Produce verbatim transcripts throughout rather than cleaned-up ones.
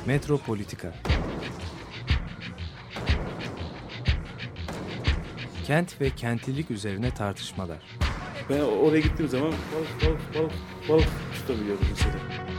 Metropolitika. Kent ve kentlilik üzerine tartışmalar. Ben oraya gittiğim zaman balık balık balık balık tutabiliyordum mesela.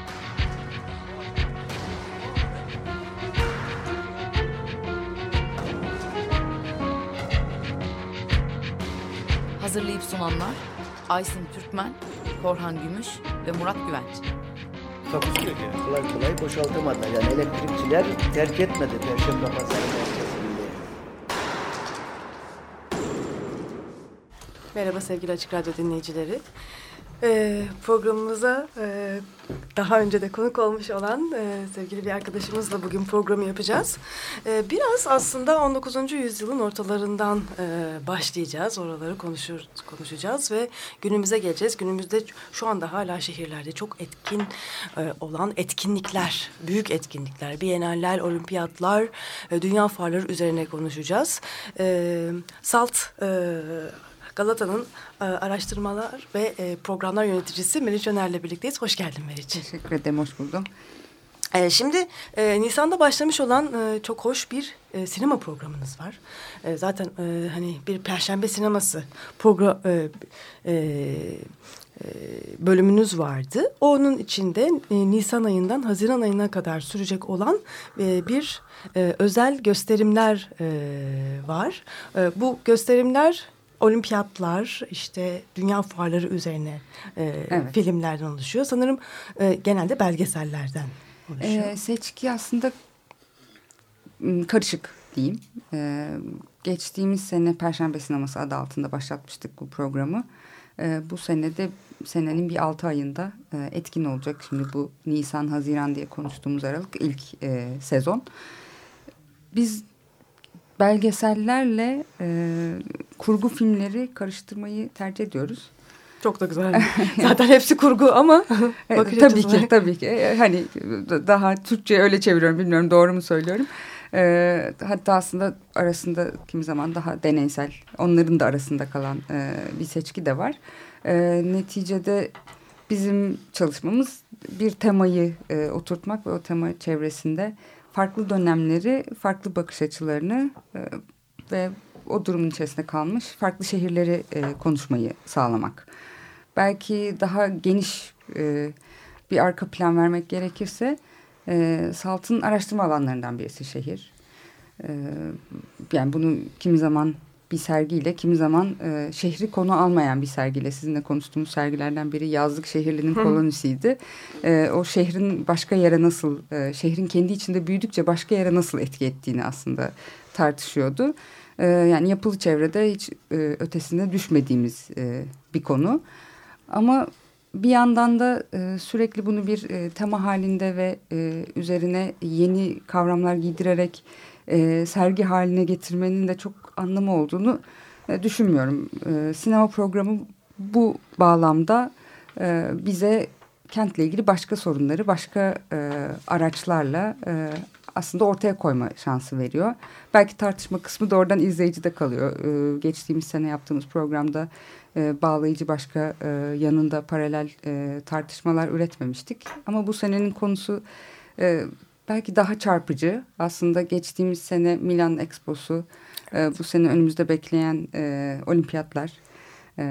Hazırlayıp sunanlar Aysin Türkmen, Korhan Gümüş ve Murat Güvenç. Takusu yok yani. Kolay kolay boşaltamadılar. Yani elektrikçiler terk etmedi Perşembe Pazarı merkezini. Merhaba sevgili Açık Radyo dinleyicileri. Ee, programımıza e, daha önce de konuk olmuş olan e, sevgili bir arkadaşımızla bugün programı yapacağız. E, biraz aslında on dokuzuncu yüzyılın ortalarından e, başlayacağız. Oraları konuşur, konuşacağız ve günümüze geleceğiz. Günümüzde şu anda hala şehirlerde çok etkin e, olan etkinlikler, büyük etkinlikler, biyenaller, olimpiyatlar, e, dünya fuarları üzerine konuşacağız. E, Salt e, Galata'nın e, araştırmalar ve e, programlar yöneticisi Meriç Öner'le birlikteyiz. Hoş geldin Meriç. Teşekkür ederim, hoş buldum. E, şimdi e, Nisan'da başlamış olan e, çok hoş bir e, sinema programınız var. E, zaten e, hani bir Perşembe sineması program e, e, bölümünüz vardı. Onun içinde e, Nisan ayından Haziran ayına kadar sürecek olan e, bir e, özel gösterimler e, var. E, bu gösterimler olimpiyatlar, işte dünya fuarları üzerine e, evet. filmlerden oluşuyor. Sanırım e, genelde belgesellerden oluşuyor. Ee, seçki aslında karışık diyeyim. Ee, geçtiğimiz sene Perşembe Sineması adı altında başlatmıştık bu programı. Ee, bu sene de senenin bir altı ayında e, etkin olacak. Şimdi bu Nisan, Haziran diye konuştuğumuz aralık ilk e, sezon. Biz belgesellerle e, kurgu filmleri karıştırmayı tercih ediyoruz. Çok da güzel. Zaten hepsi kurgu ama tabii ki, tabii ki. Hani daha Türkçe öyle çeviriyorum, bilmiyorum doğru mu söylüyorum. E, hatta aslında arasında kimi zaman daha deneysel, onların da arasında kalan e, bir seçki de var. E, neticede bizim çalışmamız bir temayı e, oturtmak ve o tema çevresinde farklı dönemleri, farklı bakış açılarını e, ve o durumun içerisinde kalmış farklı şehirleri e, konuşmayı sağlamak. Belki daha geniş e, bir arka plan vermek gerekirse e, Salt'ın araştırma alanlarından birisi şehir. E, yani bunu kimi zaman bir sergiyle, kimi zaman e, şehri konu almayan bir sergiyle, sizinle konuştuğumuz sergilerden biri Yazlık Şehirli'nin kolonisiydi. E, o şehrin başka yere nasıl, e, şehrin kendi içinde büyüdükçe başka yere nasıl etki ettiğini aslında tartışıyordu. E, yani yapılı çevrede hiç e, ötesine düşmediğimiz e, bir konu. Ama bir yandan da e, sürekli bunu bir e, tema halinde ve e, üzerine yeni kavramlar giydirerek e, sergi haline getirmenin de çok anlamı olduğunu e, düşünmüyorum. E, sinema programı bu bağlamda e, bize kentle ilgili başka sorunları başka e, araçlarla e, aslında ortaya koyma şansı veriyor. Belki tartışma kısmı da oradan izleyicide kalıyor. E, geçtiğimiz sene yaptığımız programda e, bağlayıcı başka e, yanında paralel e, tartışmalar üretmemiştik. Ama bu senenin konusu e, belki daha çarpıcı. Aslında geçtiğimiz sene Milan Expo'su, e, bu sene önümüzde bekleyen e, olimpiyatlar e,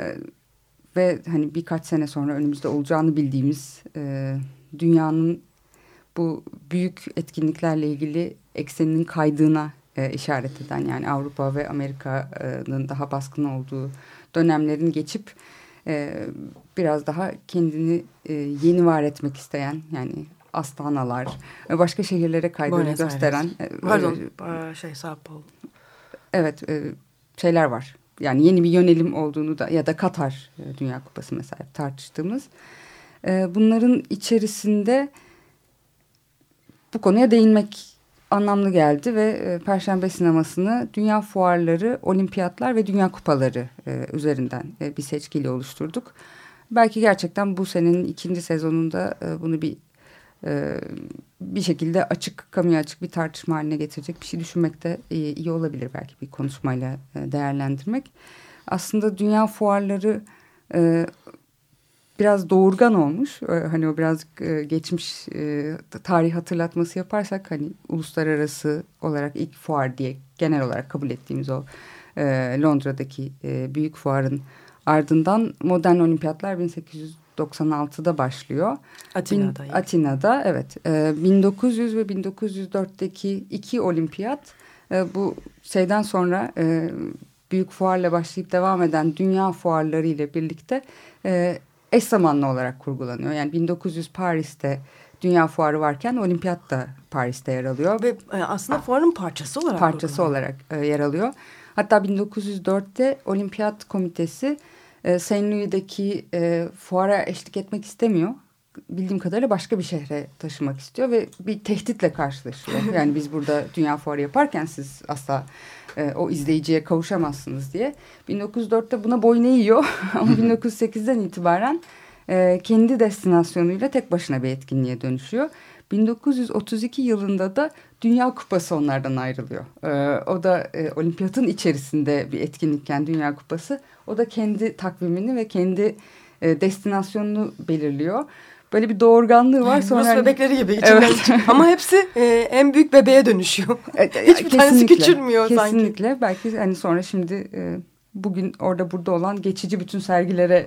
ve hani birkaç sene sonra önümüzde olacağını bildiğimiz e, dünyanın bu büyük etkinliklerle ilgili ekseninin kaydığına e, işaret eden, yani Avrupa ve Amerika'nın daha baskın olduğu dönemlerin geçip e, biraz daha kendini e, yeni var etmek isteyen, yani Astanalar, başka şehirlere kaydığını Buenos gösteren. E, Pardon, e, şey Sao Paulo. Evet, e, şeyler var. Yani yeni bir yönelim olduğunu da, ya da Katar e, Dünya Kupası mesela tartıştığımız. E, bunların içerisinde bu konuya değinmek anlamlı geldi ve e, Perşembe sinemasını dünya fuarları, olimpiyatlar ve dünya kupaları e, üzerinden e, bir seçkiyle oluşturduk. Belki gerçekten bu senenin ikinci sezonunda e, bunu bir e, bir şekilde açık, kamuya açık bir tartışma haline getirecek bir şey düşünmek de e, iyi olabilir, belki bir konuşmayla e, değerlendirmek. Aslında dünya fuarları e, biraz doğurgan olmuş. E, hani o biraz e, geçmiş e, tarih hatırlatması yaparsak hani uluslararası olarak ilk fuar diye genel olarak kabul ettiğimiz o e, Londra'daki e, büyük fuarın ardından modern olimpiyatlar bin sekiz yüz doksan altıda başlıyor. Atina'da. Bin, Atina'da evet. E, bin dokuz yüz ve bin dokuz yüz dörtteki iki olimpiyat e, bu şeyden sonra e, büyük fuarla başlayıp devam eden dünya fuarları ile birlikte e, eş zamanlı olarak kurgulanıyor. Yani bin dokuz yüz Paris'te dünya fuarı varken olimpiyat da Paris'te yer alıyor. Ve e, aslında fuarın parçası olarak. Parçası olarak e, yer alıyor. Hatta bin dokuz yüz dörtte olimpiyat komitesi e, Saint Louis'deki e, fuara eşlik etmek istemiyor. Bildiğim kadarıyla başka bir şehre taşımak istiyor ve bir tehditle karşılaşıyor. Yani biz burada dünya fuarı yaparken siz asla e, o izleyiciye kavuşamazsınız diye. bin dokuz yüz dörtte buna boyun eğiyor ama bin dokuz yüz sekizden itibaren e, kendi destinasyonuyla tek başına bir etkinliğe dönüşüyor. bin dokuz yüz otuz iki yılında da Dünya Kupası onlardan ayrılıyor. Ee, o da e, olimpiyatın içerisinde bir etkinlikken Dünya Kupası. O da kendi takvimini ve kendi e, destinasyonunu belirliyor. Böyle bir doğurganlığı var. Sonra Rus hani, bebekleri gibi içinden evet. çıkıyor. Ama hepsi e, en büyük bebeğe dönüşüyor. Hiçbir tanesi küçülmüyor kesinlikle. sanki. Kesinlikle. Belki hani sonra şimdi e, bugün orada burada olan geçici bütün sergilere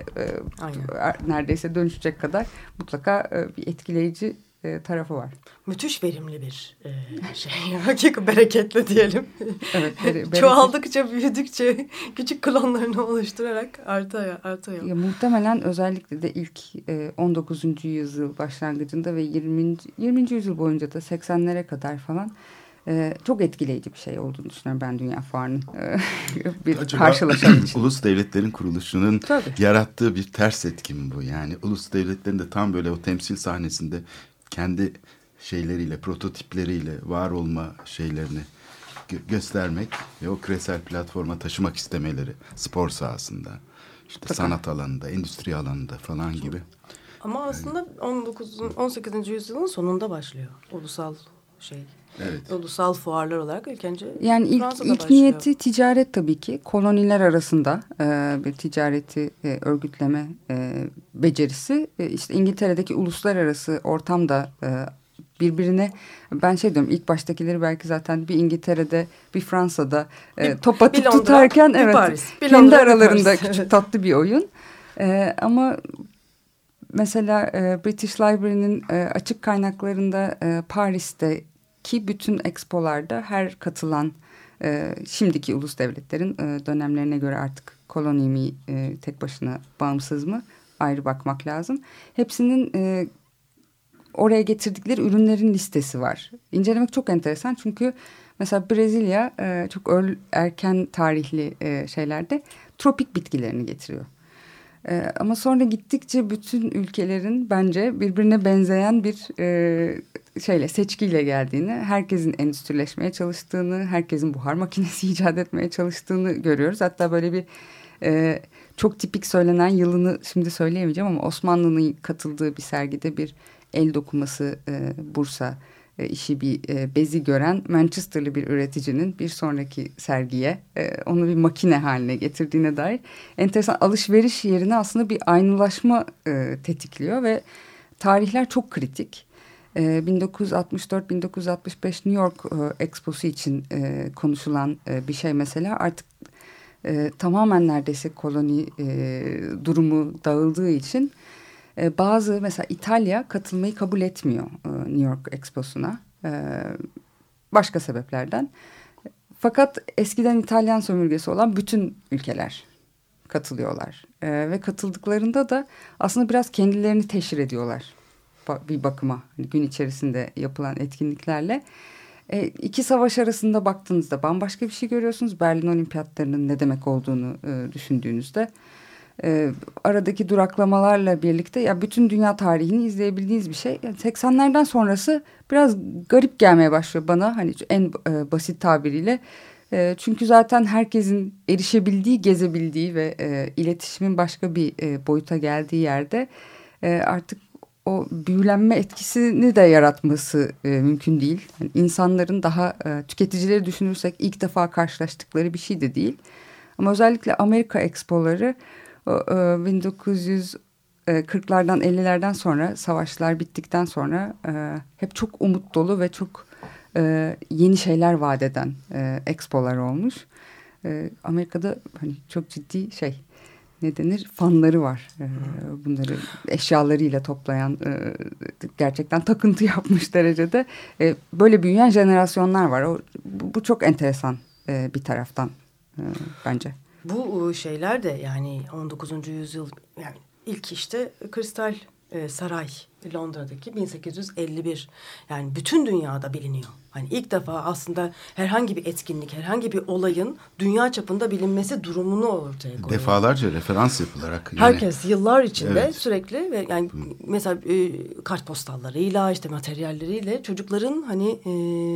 e, neredeyse dönüşecek kadar mutlaka e, bir etkileyici e, tarafı var. Müthiş verimli bir e, şey. Hakikaten bereketli diyelim. Evet, bere, çoğaldıkça, büyüdükçe küçük klonlarını oluşturarak artıyor. artıyor. Ya, muhtemelen özellikle de ilk e, on dokuzuncu yüzyıl başlangıcında ve yirminci yirminci yüzyıl boyunca da seksenlere kadar falan e, çok etkileyici bir şey olduğunu düşünüyorum ben dünya fuarının e, bir Acaba karşılaşan için. Ulus devletlerin kuruluşunun Tabii. yarattığı bir ters etki mi bu? Yani ulus devletlerin de tam böyle o temsil sahnesinde kendi şeyleriyle, prototipleriyle var olma şeylerini gö- göstermek ve o küresel platforma taşımak istemeleri spor sahasında, işte Mutlaka. sanat alanında, endüstri alanında falan gibi. Ama aslında on dokuzuncu on sekizinci yüzyılın sonunda başlıyor ulusal şey. Evet. Ulusal fuarlar olarak ilk önce Yani ilk, Fransa'da ilk başlıyor. niyeti ticaret tabii ki. Koloniler arasında e, bir ticareti e, örgütleme e, becerisi. E, işte İngiltere'deki uluslararası ortamda e, birbirine, ben şey diyorum, ilk baştakileri belki zaten bir İngiltere'de bir Fransa'da e, Bir- top atıp bir Londra, tutarken bir evet Paris, bir kendi Londra, bir aralarında Paris. küçük Evet. tatlı bir oyun. E, ama mesela e, British Library'nin e, açık kaynaklarında e, Paris'teki bütün expolarda her katılan e, şimdiki ulus devletlerin e, dönemlerine göre artık koloni mi, e, tek başına bağımsız mı ayrı bakmak lazım. Hepsinin e, oraya getirdikleri ürünlerin listesi var. İncelemek çok enteresan çünkü mesela Brezilya e, çok er, erken tarihli e, şeylerde tropik bitkilerini getiriyor. E, ama sonra gittikçe bütün ülkelerin bence birbirine benzeyen bir e, şeyle seçkiyle geldiğini, herkesin endüstrileşmeye çalıştığını, herkesin buhar makinesi icat etmeye çalıştığını görüyoruz. Hatta böyle bir e, çok tipik söylenen yılını şimdi söyleyemeyeceğim ama Osmanlı'nın katıldığı bir sergide bir el dokuması e, Bursa e, işi bir e, bezi gören Manchester'lı bir üreticinin bir sonraki sergiye e, onu bir makine haline getirdiğine dair enteresan, alışveriş yerine aslında bir aynılaşma e, tetikliyor ve tarihler çok kritik. E, bin dokuz yüz altmış dört bin dokuz yüz altmış beş New York e, Exposu için e, konuşulan e, bir şey mesela artık e, tamamen neredeyse koloni e, durumu dağıldığı için Ee, bazı mesela İtalya katılmayı kabul etmiyor e, New York Exposu'na e, başka sebeplerden. Fakat eskiden İtalyan sömürgesi olan bütün ülkeler katılıyorlar e, ve katıldıklarında da aslında biraz kendilerini teşhir ediyorlar ba- bir bakıma, hani gün içerisinde yapılan etkinliklerle. E, iki savaş arasında baktığınızda bambaşka bir şey görüyorsunuz. Berlin Olimpiyatlarının ne demek olduğunu e, düşündüğünüzde. E, aradaki duraklamalarla birlikte ya bütün dünya tarihini izleyebildiğiniz bir şey. Yani seksenlerden sonrası biraz garip gelmeye başlıyor bana, hani en e, basit tabiriyle. E, çünkü zaten herkesin erişebildiği, gezebildiği ve e, iletişimin başka bir e, boyuta geldiği yerde e, artık o büyülenme etkisini de yaratması e, mümkün değil. Yani insanların daha e, tüketicileri düşünürsek ilk defa karşılaştıkları bir şey de değil. Ama özellikle Amerika Expo'ları bin dokuz yüz kırklardan ellilerden sonra savaşlar bittikten sonra e, hep çok umut dolu ve çok e, yeni şeyler vaat eden e, expolar olmuş. E, Amerika'da hani çok ciddi şey ne denir fanları var. E, bunları eşyalarıyla toplayan e, gerçekten takıntı yapmış derecede e, böyle büyüyen jenerasyonlar var. O, bu, bu çok enteresan e, bir taraftan e, bence. Bu şeyler de yani on dokuzuncu yüzyıl yani ilk işte Kristal e, Saray Londra'daki bin sekiz yüz elli bir yani bütün dünyada biliniyor. Hani ilk defa aslında herhangi bir etkinlik, herhangi bir olayın dünya çapında bilinmesi durumunu ortaya koyuyor. Defalarca referans yapılarak. Yani, herkes yıllar içinde evet. sürekli ve yani mesela e, kartpostallarıyla işte materyalleriyle çocukların hani e,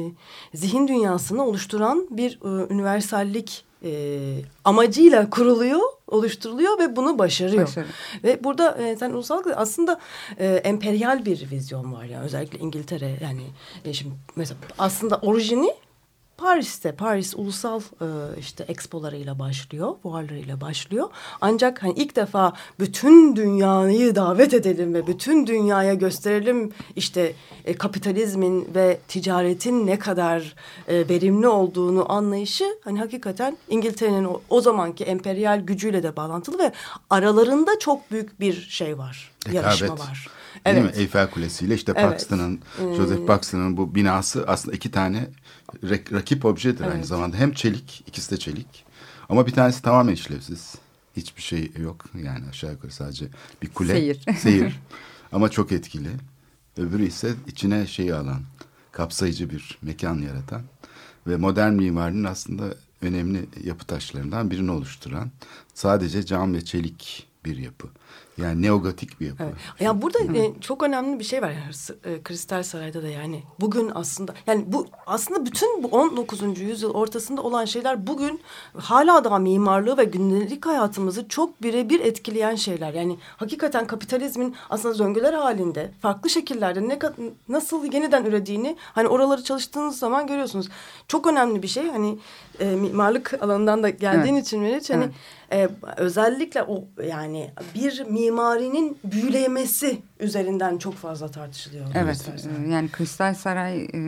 zihin dünyasını oluşturan bir e, üniversallik e, amacıyla kuruluyor, oluşturuluyor ve bunu başarıyor. Başarı. Ve burada e, sen ulusallık aslında e, emperyal bir vizyon var yani özellikle İngiltere yani e, şimdi mesela aslında orijini Paris'te, Paris ulusal e, işte expolarıyla başlıyor, fuarlarıyla başlıyor. Ancak hani ilk defa bütün dünyayı davet edelim ve bütün dünyaya gösterelim işte e, kapitalizmin ve ticaretin ne kadar e, verimli olduğunu anlayışı hani hakikaten İngiltere'nin o, o zamanki emperyal gücüyle de bağlantılı ve aralarında çok büyük bir şey var, Rekabet. yarışma var. Değil Evet. mi? Eyfel Kulesi ile işte Evet. Paxton'ın, Hmm. Joseph Paxton'ın bu binası aslında iki tane rak- rakip objedir Evet. aynı zamanda. Hem çelik, ikisi de çelik. Ama bir tanesi tamamen işlevsiz. Hiçbir şey yok. Yani aşağı yukarı sadece bir kule. Seyir. Seyir. Ama çok etkili. Öbürü ise içine şeyi alan, kapsayıcı bir mekan yaratan ve modern mimarinin aslında önemli yapı taşlarından birini oluşturan sadece cam ve çelik bir yapı. Yani neogotik bir yapı. Evet. Ya burada e, çok önemli bir şey var yani, e, Kristal Saray'da da yani bugün aslında yani bu aslında bütün bu on dokuzuncu yüzyıl ortasında olan şeyler bugün hala daha mimarlığı ve gündelik hayatımızı çok birebir etkileyen şeyler. Yani hakikaten kapitalizmin aslında döngüler halinde farklı şekillerde ne nasıl yeniden ürediğini hani oraları çalıştığınız zaman görüyorsunuz. Çok önemli bir şey hani e, mimarlık alanından da geldiğin evet. için Meriç hani evet. e, özellikle o yani bir mimarinin büyülemesi üzerinden çok fazla tartışılıyor. Evet, e, yani Kristal Saray e,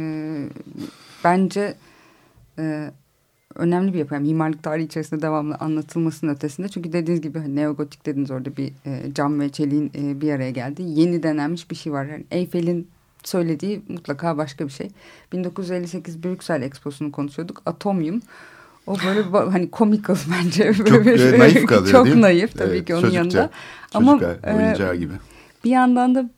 bence e, önemli bir yapı. Yani mimarlık tarihi içerisinde devamlı anlatılmasının ötesinde. Çünkü dediğiniz gibi hani neogotik dediniz orada bir e, cam ve çeliğin e, bir araya geldi. Yeni denenmiş bir şey var. Yani Eyfel'in söylediği mutlaka başka bir şey. bin dokuz yüz elli sekiz Brüksel Expo'sunu konuşuyorduk. Atomium. O böyle hani comical bence. Çok e, naif kalıyor çok değil mi? naif tabii evet, ki onun çocukça, yanında. Ama e, oyuncağı gibi. Bir yandan da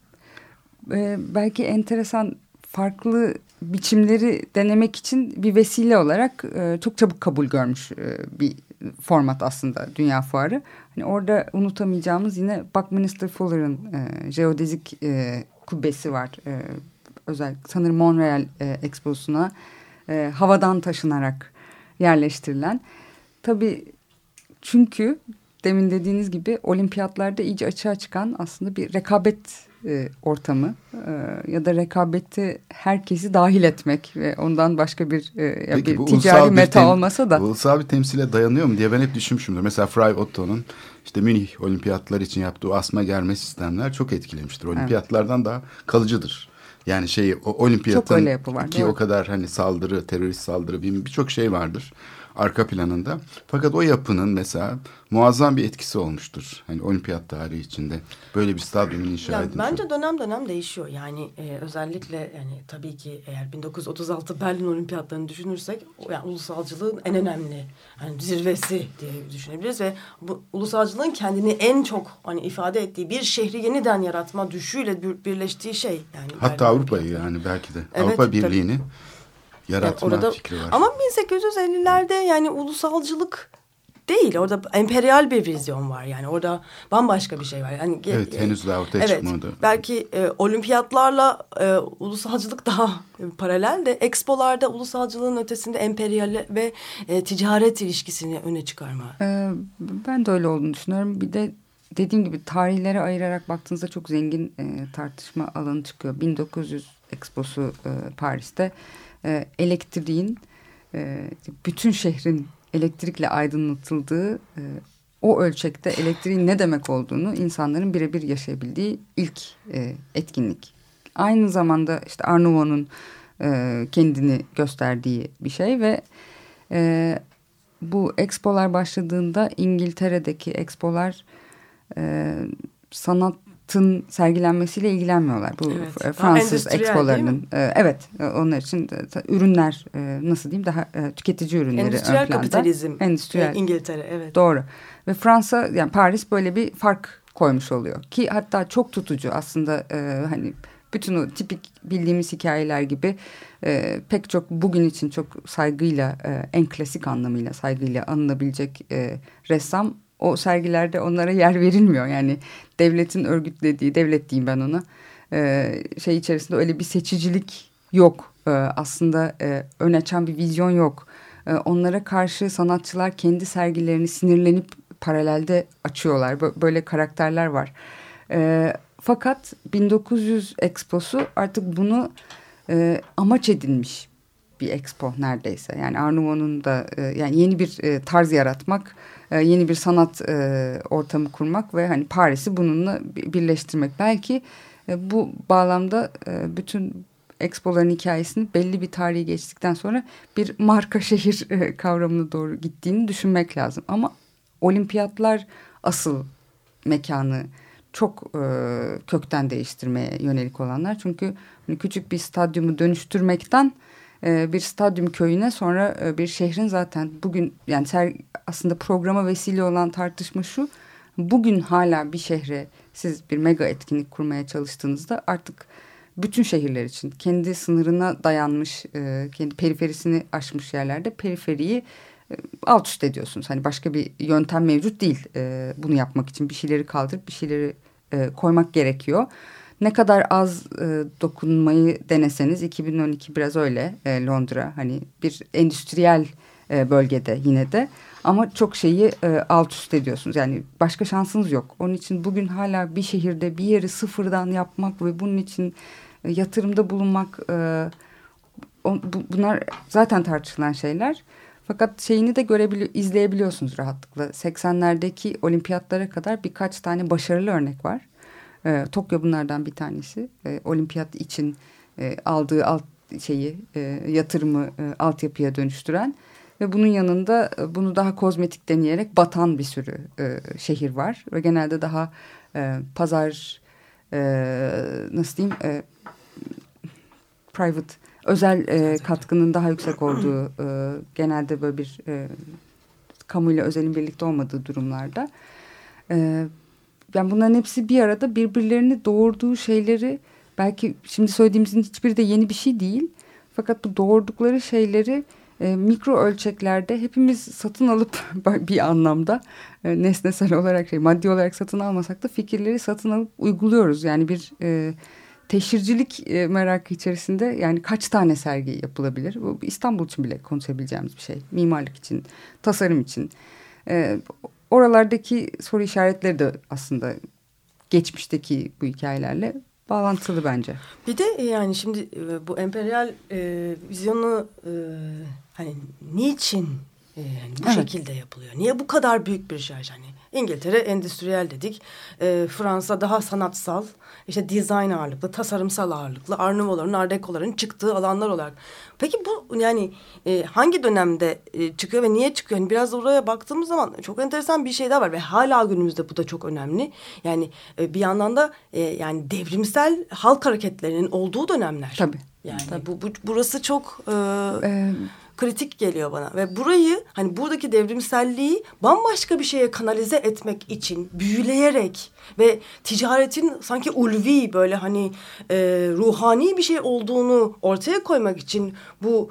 e, belki enteresan farklı biçimleri denemek için bir vesile olarak e, çok çabuk kabul görmüş e, bir format aslında Dünya Fuarı. Hani orada unutamayacağımız yine Buckminster Fuller'ın e, jeodezik e, kubbesi var. E, özel sanırım Montreal e, Expo'suna e, havadan taşınarak yerleştirilen. Tabii çünkü demin dediğiniz gibi olimpiyatlarda iyice açığa çıkan aslında bir rekabet e, ortamı e, ya da rekabeti herkesi dahil etmek ve ondan başka bir, e, ya Peki, bir ticari bir meta tem- olmasa da. Ulusal bir temsile dayanıyor mu diye ben hep düşünmüşümdür. Mesela Fry Otto'nun işte Münih olimpiyatları için yaptığı asma germe sistemler çok etkilemiştir. Olimpiyatlardan evet. daha kalıcıdır. Yani şey o olimpiyatın var, ki o kadar hani saldırı, terörist saldırı birçok şey vardır arka planında. Fakat o yapının mesela muazzam bir etkisi olmuştur. Hani olimpiyat tarihi içinde böyle bir stadyumun inşa yani edilmesi. Bence dönem dönem değişiyor. Yani e, özellikle yani tabii ki eğer bin dokuz yüz otuz altı Berlin olimpiyatlarını düşünürsek yani ulusalcılığın en önemli hani zirvesi diye düşünebiliriz ve bu ulusalcılığın kendini en çok hani ifade ettiği bir şehri yeniden yaratma düşüyle bir, birleştiği şey yani. Hatta Avrupa'yı yani belki de evet, Avrupa Birliği'ni tabii. yaratma yani orada, fikri var. Ama bin sekiz yüz ellilerde yani ulusalcılık değil. Orada emperyal bir vizyon var. Yani orada bambaşka bir şey var. Yani evet, e, henüz daha ortaya evet, çıkmadı. Belki e, olimpiyatlarla e, ulusalcılık daha e, paralel de expolarda ulusalcılığın ötesinde emperyal ve e, ticaret ilişkisini öne çıkarma. Ee, ben de öyle olduğunu düşünüyorum. Bir de dediğim gibi tarihlere ayırarak baktığınızda çok zengin e, tartışma alanı çıkıyor. bin dokuz yüz Expo'su e, Paris'te e, elektriğin e, bütün şehrin elektrikle aydınlatıldığı e, o ölçekte elektriğin ne demek olduğunu insanların birebir yaşayabildiği ilk e, etkinlik. Aynı zamanda işte Art Nouveau'nun e, kendini gösterdiği bir şey ve e, bu expolar başladığında İngiltere'deki expolar e, sanatın sergilenmesiyle ilgilenmiyorlar. Bu Evet. Fransız Endüstriyel, expolarının e, evet onlar için de, ürünler e, nasıl diyeyim daha e, tüketici ürünleri Endüstriyel ön planda. kapitalizm. Endüstriyel. İngiltere, evet. Doğru. Ve Fransa yani Paris böyle bir fark koymuş oluyor ki hatta çok tutucu aslında e, hani bütün o tipik bildiğimiz hikayeler gibi e, pek çok bugün için çok saygıyla e, en klasik anlamıyla saygıyla anılabilecek e, ressam o sergilerde onlara yer verilmiyor. Yani devletin örgütlediği, devlet diyeyim ben ona e, şey içerisinde öyle bir seçicilik yok. E, aslında e, ön açan bir vizyon yok. E, onlara karşı sanatçılar kendi sergilerini sinirlenip paralelde açıyorlar. Böyle karakterler var. E, fakat bin dokuz yüz Expo'su artık bunu e, amaç edinmiş bir expo neredeyse. Yani Art Nouveau'nun da e, yani yeni bir e, tarz yaratmak, e, yeni bir sanat e, ortamı kurmak ve hani Paris'i bununla birleştirmek. Belki e, bu bağlamda e, bütün expoların hikayesini belli bir tarihi geçtikten sonra bir marka şehir e, kavramına doğru gittiğini düşünmek lazım. Ama olimpiyatlar asıl mekanı çok e, kökten değiştirmeye yönelik olanlar. Çünkü hani küçük bir stadyumu dönüştürmekten e, bir stadyum köyüne sonra e, bir şehrin zaten bugün yani ser, aslında programa vesile olan tartışma şu. Bugün hala bir şehre siz bir mega etkinlik kurmaya çalıştığınızda artık bütün şehirler için kendi sınırına dayanmış, e, kendi periferisini aşmış yerlerde periferiyi e, alt üst ediyorsunuz. Hani başka bir yöntem mevcut değil e, bunu yapmak için. Bir şeyleri kaldırıp bir şeyleri e, koymak gerekiyor. Ne kadar az e, dokunmayı deneseniz iki bin on iki biraz öyle e, Londra hani bir endüstriyel e, bölgede yine de ama çok şeyi e, alt üst ediyorsunuz. Yani başka şansınız yok. Onun için bugün hala bir şehirde bir yeri sıfırdan yapmak ve bunun için e, yatırımda bulunmak e, o, bu, bunlar zaten tartışılan şeyler. Fakat şeyini de görebili izleyebiliyorsunuz rahatlıkla. seksenlerdeki olimpiyatlara kadar birkaç tane başarılı örnek var. E, Tokyo bunlardan bir tanesi. E, olimpiyat için e, aldığı alt şeyi e, yatırımı e, altyapıya dönüştüren ve bunun yanında e, bunu daha kozmetik deneyerek batan bir sürü e, şehir var ve genelde daha e, pazar e, nasıl diyeyim e, private özel e, katkının daha yüksek olduğu e, genelde böyle bir e, kamuyla özelin birlikte olmadığı durumlarda e, yani bunların hepsi bir arada birbirlerini doğurduğu şeyleri belki şimdi söylediğimizin hiçbiri de yeni bir şey değil fakat bu doğurdukları şeyleri e, mikro ölçeklerde hepimiz satın alıp bir anlamda e, nesnesel olarak şey maddi olarak satın almasak da fikirleri satın alıp uyguluyoruz yani bir e, teşhircilik e, merakı içerisinde yani kaç tane sergi yapılabilir? Bu İstanbul için bile konuşabileceğimiz bir şey. Mimarlık için, tasarım için. E, oralardaki soru işaretleri de aslında geçmişteki bu hikayelerle bağlantılı bence. Bir de yani şimdi e, bu emperyal e, vizyonu e, hani niçin e, yani bu evet. şekilde yapılıyor? Niye bu kadar büyük bir şey? Hani İngiltere endüstriyel dedik. E, Fransa daha sanatsal, işte design ağırlıklı, tasarımsal ağırlıklı, Art Nouveau'ların, Art Deco'ların çıktığı alanlar olarak. Peki bu yani e, hangi dönemde e, çıkıyor ve niye çıkıyor? Yani biraz oraya baktığımız zaman çok enteresan bir şey daha var ve hala günümüzde bu da çok önemli. Yani e, bir yandan da e, yani devrimsel halk hareketlerinin olduğu dönemler. Tabii. Yani tabii. Bu, bu burası çok e, Ee, kritik geliyor bana ve burayı hani buradaki devrimselliği bambaşka bir şeye kanalize etmek için büyüleyerek ve ticaretin sanki ulvi böyle hani e, ruhani bir şey olduğunu ortaya koymak için bu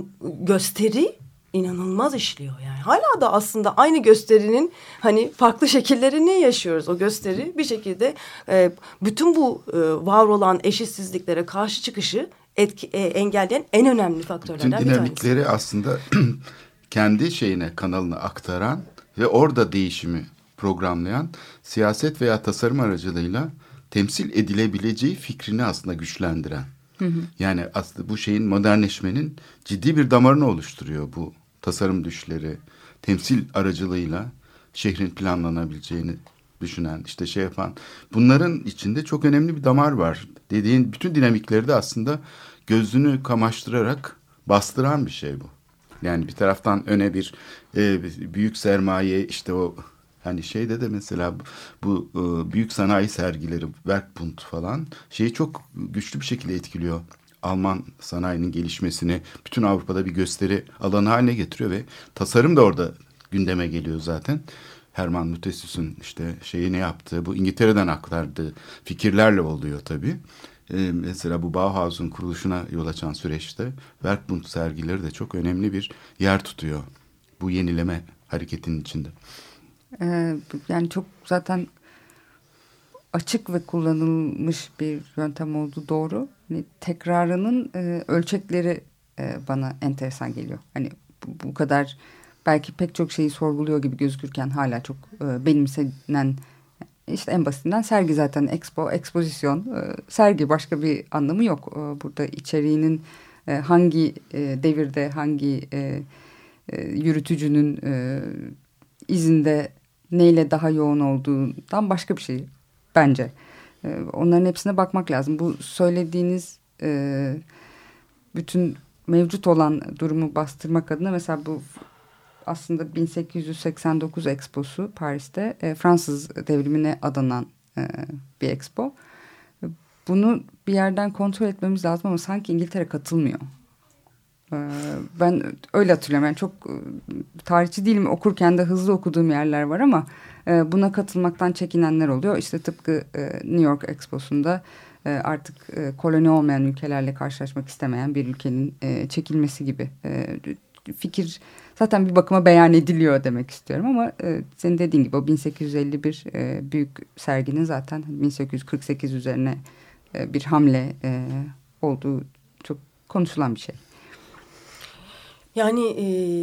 gösteri inanılmaz işliyor yani. Hala da aslında aynı gösterinin hani farklı şekillerini yaşıyoruz. O gösteri bir şekilde e, bütün bu e, var olan eşitsizliklere karşı çıkışı etki, e, engelleyen en önemli faktörlerden bütün bir tanesi. dinamikleri aslında kendi şeyine, kanalına aktaran ve orada değişimi programlayan siyaset veya tasarım aracılığıyla temsil edilebileceği fikrini aslında güçlendiren. Hı hı. Yani aslında bu şeyin modernleşmenin ciddi bir damarını oluşturuyor bu tasarım düşleri, temsil aracılığıyla şehrin planlanabileceğini düşünen, işte şey yapan. Bunların içinde çok önemli bir damar var. Dediğin bütün dinamikleri de aslında gözünü kamaştırarak bastıran bir şey bu. Yani bir taraftan öne bir e, büyük sermaye, işte o hani şeyde de mesela bu e, büyük sanayi sergileri, Werkbund falan şeyi çok güçlü bir şekilde etkiliyor. Alman sanayinin gelişmesini bütün Avrupa'da bir gösteri alanı haline getiriyor ve tasarım da orada gündeme geliyor zaten. Hermann Mütesüs'ün işte şeyi ne yaptığı, bu İngiltere'den aktardığı fikirlerle oluyor tabii. Ee, mesela bu Bauhaus'un kuruluşuna yol açan süreçte Werkbund sergileri de çok önemli bir yer tutuyor bu yenileme hareketinin içinde. Ee, yani çok zaten açık ve kullanılmış bir yöntem olduğu doğru. Hani tekrarının e, ölçekleri e, bana enteresan geliyor. Hani bu, bu kadar belki pek çok şeyi sorguluyor gibi gözükürken hala çok e, benimsenen, işte en basitinden sergi zaten, expo, ekspozisyon, e, sergi, başka bir anlamı yok. E, burada içeriğinin e, hangi e, devirde, hangi e, e, yürütücünün e, izinde neyle daha yoğun olduğundan başka bir şey bence. E, onların hepsine bakmak lazım. Bu söylediğiniz e, bütün mevcut olan durumu bastırmak adına mesela bu aslında bin sekiz yüz seksen dokuz Expo'su Paris'te e, Fransız devrimine adanan e, bir expo. Bunu bir yerden kontrol etmemiz lazım ama sanki İngiltere katılmıyor. E, ben öyle hatırlıyorum. Yani çok e, tarihçi değilim, okurken de hızlı okuduğum yerler var ama e, buna katılmaktan çekinenler oluyor. İşte tıpkı e, New York Expo'sunda e, artık e, koloni olmayan ülkelerle karşılaşmak istemeyen bir ülkenin e, çekilmesi gibi e, fikir zaten bir bakıma beyan ediliyor demek istiyorum ama e, senin dediğin gibi o bin sekiz yüz elli bir e, büyük serginin zaten bin sekiz yüz kırk sekiz üzerine e, bir hamle e, olduğu çok konuşulan bir şey. Yani e,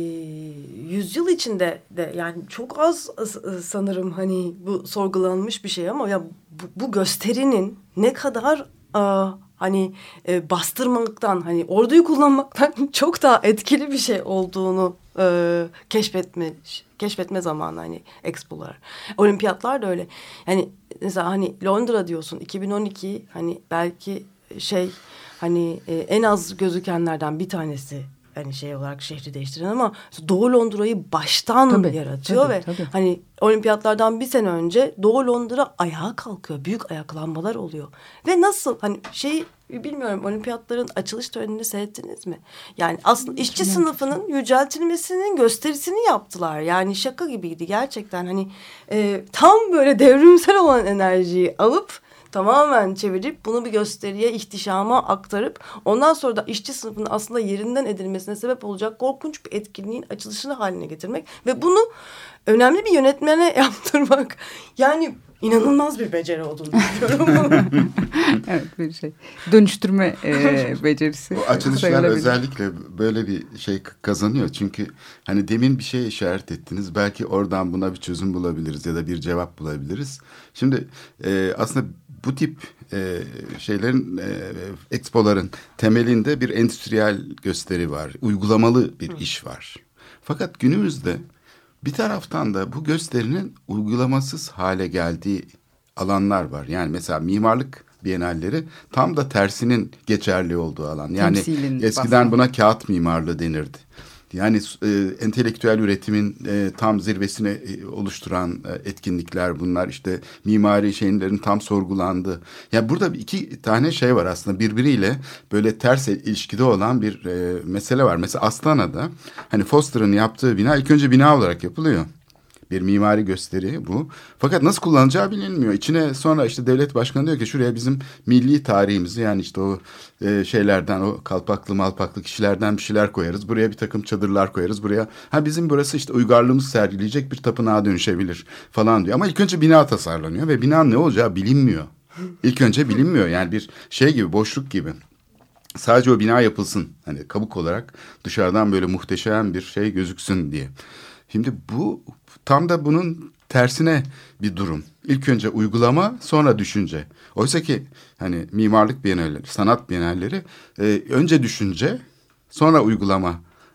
yüzyıl içinde de yani çok az sanırım hani bu sorgulanmış bir şey ama ya bu, bu gösterinin ne kadar a, hani e, bastırmaktan, hani orduyu kullanmaktan çok daha etkili bir şey olduğunu e, keşfetmiş, keşfetme zamanı hani expolar. Olimpiyatlar da öyle. Yani mesela hani Londra diyorsun, iki bin on iki hani belki şey hani e, en az gözükenlerden bir tanesi. Hani şey olarak şehri değiştiren ama Doğu Londra'yı baştan tabii, yaratıyor tabii, ve tabii. hani olimpiyatlardan bir sene önce Doğu Londra ayağa kalkıyor. Büyük ayaklanmalar oluyor. Ve nasıl hani şey bilmiyorum, olimpiyatların açılış törenini seyrettiniz mi? Yani aslında işçi sınıfının yüceltilmesinin gösterisini yaptılar. Yani şaka gibiydi gerçekten. Hani e, tam böyle devrimsel olan enerjiyi alıp tamamen çevirip bunu bir gösteriye, ihtişama aktarıp ondan sonra da işçi sınıfının aslında yerinden edilmesine sebep olacak korkunç bir etkinliğin açılışını haline getirmek ve bunu önemli bir yönetmene yaptırmak. Yani inanılmaz bir beceri olduğunu düşünüyorum. Evet, bir şey. Dönüştürme e, becerisi. O açılışlar özellikle böyle bir şey kazanıyor. Çünkü hani demin bir şeye işaret ettiniz. Belki oradan buna bir çözüm bulabiliriz ya da bir cevap bulabiliriz. Şimdi e, aslında bu tip e, şeylerin, e, expoların temelinde bir endüstriyel gösteri var. Uygulamalı bir iş var. Fakat günümüzde bir taraftan da bu gösterinin uygulamasız hale geldiği alanlar var. Yani mesela mimarlık bienalleri tam da tersinin geçerli olduğu alan. Yani Temsilin eskiden bahsediyor. buna kağıt mimarlığı denirdi. Yani e, entelektüel üretimin e, tam zirvesini e, oluşturan e, etkinlikler bunlar. İşte mimari şeylerin tam sorgulandığı. Yani burada iki tane şey var aslında, birbiriyle böyle ters ilişkide olan bir e, mesele var. Mesela Astana'da hani Foster'ın yaptığı bina ilk önce bina olarak yapılıyor. Bir mimari gösteri bu. Fakat nasıl kullanacağı bilinmiyor. İçine sonra işte devlet başkanı diyor ki şuraya bizim milli tarihimizi, yani işte o e, şeylerden, o kalpaklı malpaklı kişilerden bir şeyler koyarız. Buraya bir takım çadırlar koyarız. Buraya ha bizim burası işte uygarlığımızı sergileyecek bir tapınağa dönüşebilir falan diyor. Ama ilk önce bina tasarlanıyor ve binanın ne olacağı bilinmiyor. İlk önce bilinmiyor. Yani bir şey gibi, boşluk gibi. Sadece o bina yapılsın. Hani kabuk olarak dışarıdan böyle muhteşem bir şey gözüksün diye. Şimdi bu tam da bunun tersine bir durum. İlk önce uygulama, sonra düşünce. Oysa ki hani mimarlık bienalleri, sanat bienalleri e, önce düşünce, sonra uygulama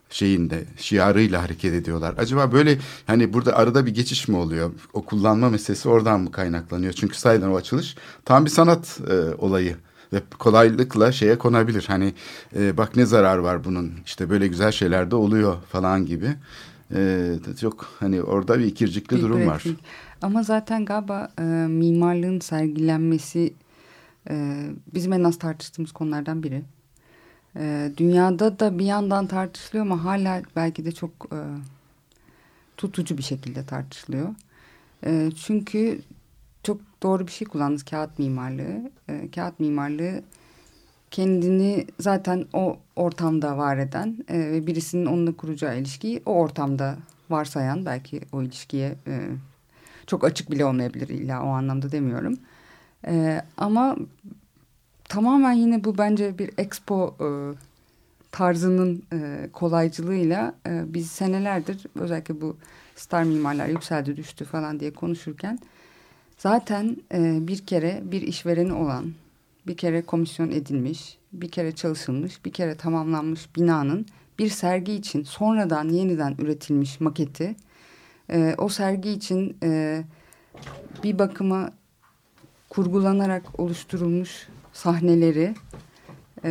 şeyinde, şiarıyla hareket ediyorlar. Acaba böyle hani burada arada bir geçiş mi oluyor? O kullanma meselesi oradan mı kaynaklanıyor? Çünkü sayıdan o açılış tam bir sanat e, olayı ve kolaylıkla şeye konabilir. Hani e, bak ne zarar var bunun, işte böyle güzel şeyler de oluyor falan gibi. E, çok hani orada bir ikircikli bir durum pratik var. Ama zaten galiba e, mimarlığın sergilenmesi e, bizim en az tartıştığımız konulardan biri. E, dünyada da bir yandan tartışılıyor ama hala belki de çok e, tutucu bir şekilde tartışılıyor. E, çünkü çok doğru bir şey kullandınız, kağıt mimarlığı. E, kağıt mimarlığı kendini zaten o ortamda var eden e, ve birisinin onunla kuracağı ilişkiyi o ortamda varsayan, belki o ilişkiye e, çok açık bile olmayabilir, illa o anlamda demiyorum. E, ama tamamen yine bu bence bir expo e, tarzının e, kolaycılığıyla e, biz senelerdir özellikle bu star mimarlar yükseldi düştü falan diye konuşurken zaten e, bir kere bir işvereni olan, bir kere komisyon edilmiş, bir kere çalışılmış, bir kere tamamlanmış binanın bir sergi için sonradan yeniden üretilmiş maketi, e, o sergi için e, bir bakıma kurgulanarak oluşturulmuş sahneleri e,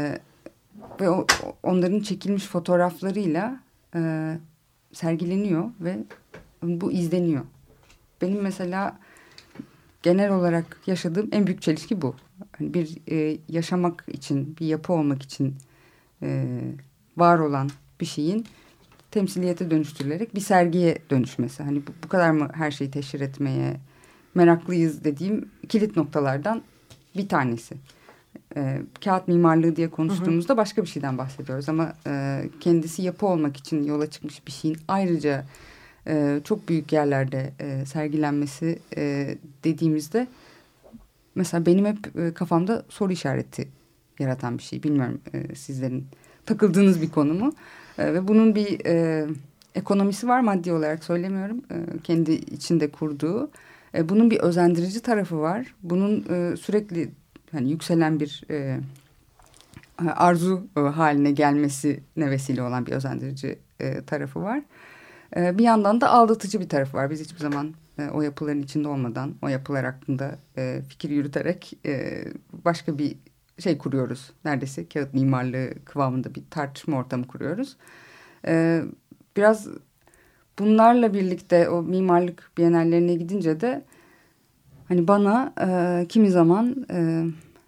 ve o, onların çekilmiş fotoğraflarıyla e, sergileniyor ve bu izleniyor. Benim mesela genel olarak yaşadığım en büyük çelişki bu. Yani bir e, yaşamak için, bir yapı olmak için e, var olan bir şeyin temsiliyete dönüştürülerek bir sergiye dönüşmesi. Hani bu, bu kadar mı her şeyi teşhir etmeye meraklıyız dediğim kilit noktalardan bir tanesi. E, kağıt mimarlığı diye konuştuğumuzda hı hı. başka bir şeyden bahsediyoruz ama e, kendisi yapı olmak için yola çıkmış bir şeyin ayrıca e, çok büyük yerlerde e, sergilenmesi e, dediğimizde mesela benim hep e, kafamda soru işareti yaratan bir şey. Bilmiyorum e, sizlerin takıldığınız bir konu mu? E, ve bunun bir e, ekonomisi var, maddi olarak söylemiyorum. E, kendi içinde kurduğu. E, bunun bir özendirici tarafı var. Bunun e, sürekli hani yükselen bir e, arzu e, haline gelmesine vesile olan bir özendirici e, tarafı var. E, bir yandan da aldatıcı bir tarafı var. Biz hiçbir zaman e, o yapıların içinde olmadan, o yapılar hakkında e, fikir yürüterek e, başka bir şey kuruyoruz. Neredeyse kağıt mimarlığı kıvamında bir tartışma ortamı kuruyoruz. E, biraz bunlarla birlikte o mimarlık bienallerine gidince de hani bana e, kimi zaman e,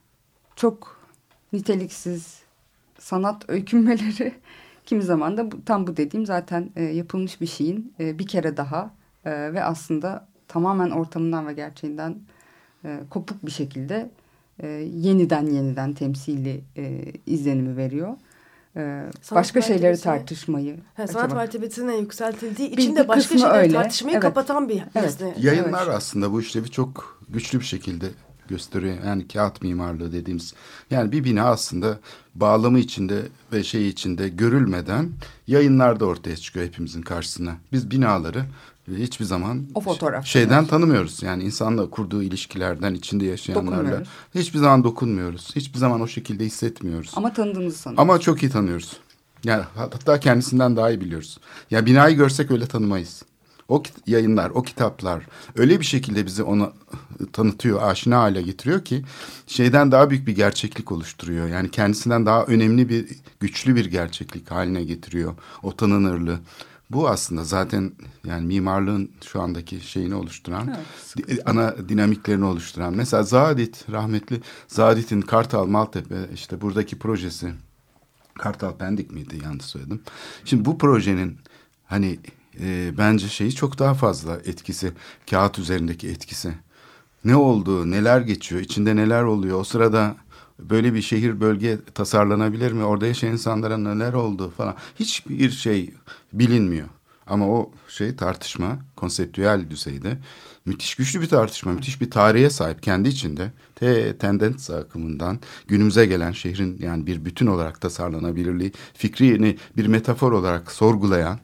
çok niteliksiz sanat öykünmeleri, kimi zaman da bu, tam bu dediğim zaten e, yapılmış bir şeyin e, bir kere daha e, ve aslında tamamen ortamından ve gerçeğinden e, kopuk bir şekilde e, yeniden yeniden temsili e, izlenimi veriyor. Ee, başka şeyleri tartışmayı. He, sanat mertebesine yükseltildiği bir, için de başka şeyleri öyle. tartışmayı evet. kapatan bir evet. nesne. Yayınlar evet. aslında bu işlevi çok güçlü bir şekilde gösteriyor. Yani kağıt mimarlığı dediğimiz. Yani bir bina aslında bağlamı içinde ve şey içinde görülmeden yayınlarda ortaya çıkıyor hepimizin karşısına. Biz binaları hiçbir zaman o fotoğraf şeyden tanımıyoruz. Yani insanla kurduğu ilişkilerden, içinde yaşayanlarla hiçbir zaman dokunmuyoruz. Hiçbir zaman o şekilde hissetmiyoruz. Ama tanıdığımızı sanıyoruz. Ama çok iyi tanıyoruz. Yani hatta kendisinden daha iyi biliyoruz. Ya binayı görsek öyle tanımayız. O yayınlar, o kitaplar öyle bir şekilde bizi ona tanıtıyor, aşina hale getiriyor ki şeyden daha büyük bir gerçeklik oluşturuyor. Yani kendisinden daha önemli bir, güçlü bir gerçeklik haline getiriyor. O tanınırlığı. Bu aslında zaten yani mimarlığın şu andaki şeyini oluşturan, evet. ana dinamiklerini oluşturan. Mesela Zadit, rahmetli Zadit'in Kartal Maltepe işte buradaki projesi, Kartal Pendik miydi yanlış söyledim. Şimdi bu projenin hani e, bence şeyi çok daha fazla etkisi, kağıt üzerindeki etkisi. Ne oldu, neler geçiyor, içinde neler oluyor o sırada... Böyle bir şehir bölge tasarlanabilir mi? Orada yaşayan insanlara neler oldu falan. Hiçbir şey bilinmiyor. Ama o şey tartışma konseptüel düzeyde müthiş güçlü bir tartışma. Müthiş bir tarihe sahip kendi içinde. Te tendens akımından günümüze gelen şehrin yani bir bütün olarak tasarlanabilirliği fikrini bir metafor olarak sorgulayan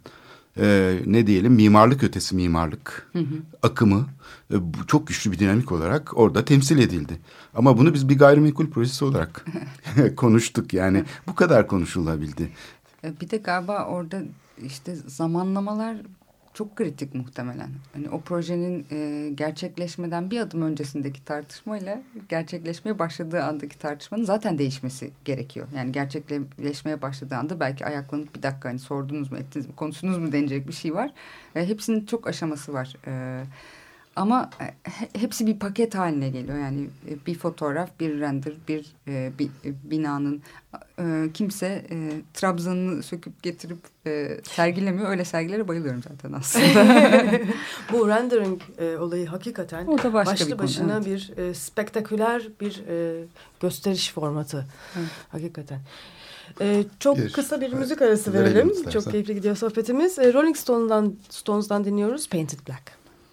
e, ne diyelim mimarlık ötesi mimarlık hı hı. akımı e, bu çok güçlü bir dinamik olarak orada temsil edildi. Ama bunu biz bir gayrimenkul projesi olarak konuştuk yani bu kadar konuşulabildi. Bir de galiba orada işte zamanlamalar çok kritik muhtemelen. Hani o projenin e, gerçekleşmeden bir adım öncesindeki tartışmayla gerçekleşmeye başladığı andaki tartışmanın zaten değişmesi gerekiyor. Yani gerçekleşmeye başladığı anda belki ayaklanıp bir dakika hani sordunuz mu, ettiniz mi, konuştunuz mu denecek bir şey var. E, hepsinin çok aşaması var. E, ama he, hepsi bir paket haline geliyor. Yani bir fotoğraf, bir render, bir e, bir binanın e, kimse e, trabzanını söküp getirip e, sergilemiyor. Öyle sergilere bayılıyorum zaten aslında. Bu rendering e, olayı hakikaten o da başka başlı bir başına konu, evet. bir e, spektaküler bir e, gösteriş formatı. Evet. Hakikaten. Ee, çok bir, kısa bir müzik arası verelim. verelim çok keyifli gidiyor sohbetimiz. Ee, Rolling Stones'dan, Stones'dan dinliyoruz Painted Black.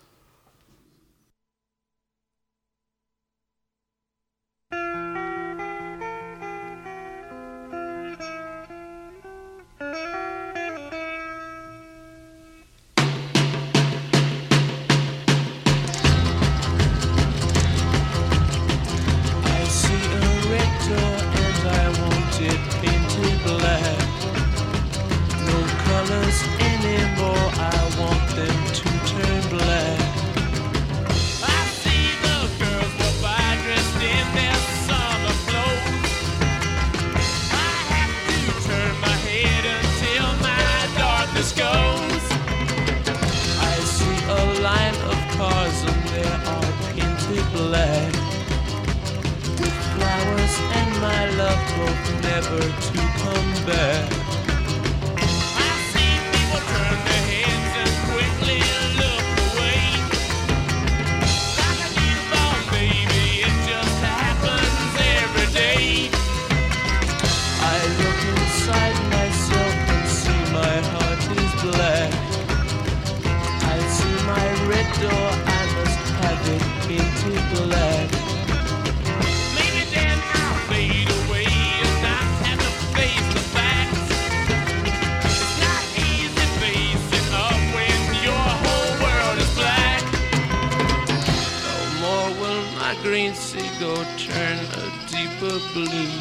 green seagull turn a deeper blue.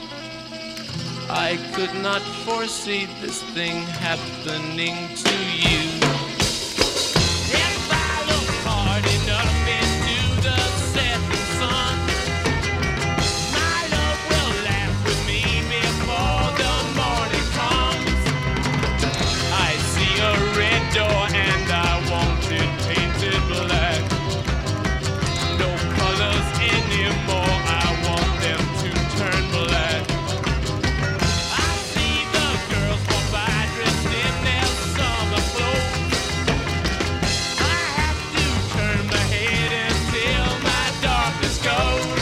I could not foresee this thing happening to you. If I look hard enough into the setting sun, my love will laugh with me before the morning comes. I see a red door and I want it painted black. No colors anymore, I want them to turn black. I see the girls walk by dressed in their summer clothes. I have to turn my head until my darkness goes.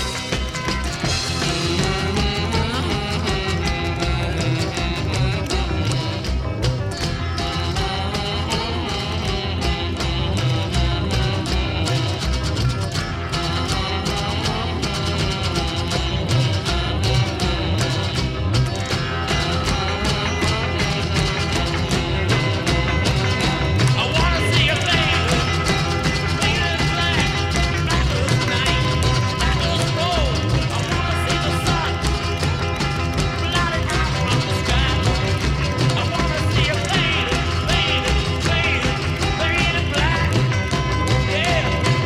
I wanna see a face painted black, black as night, black as gold. I wanna see the sun blotted out from the sky. I wanna see a painted, painted, painted, painted black. Yeah.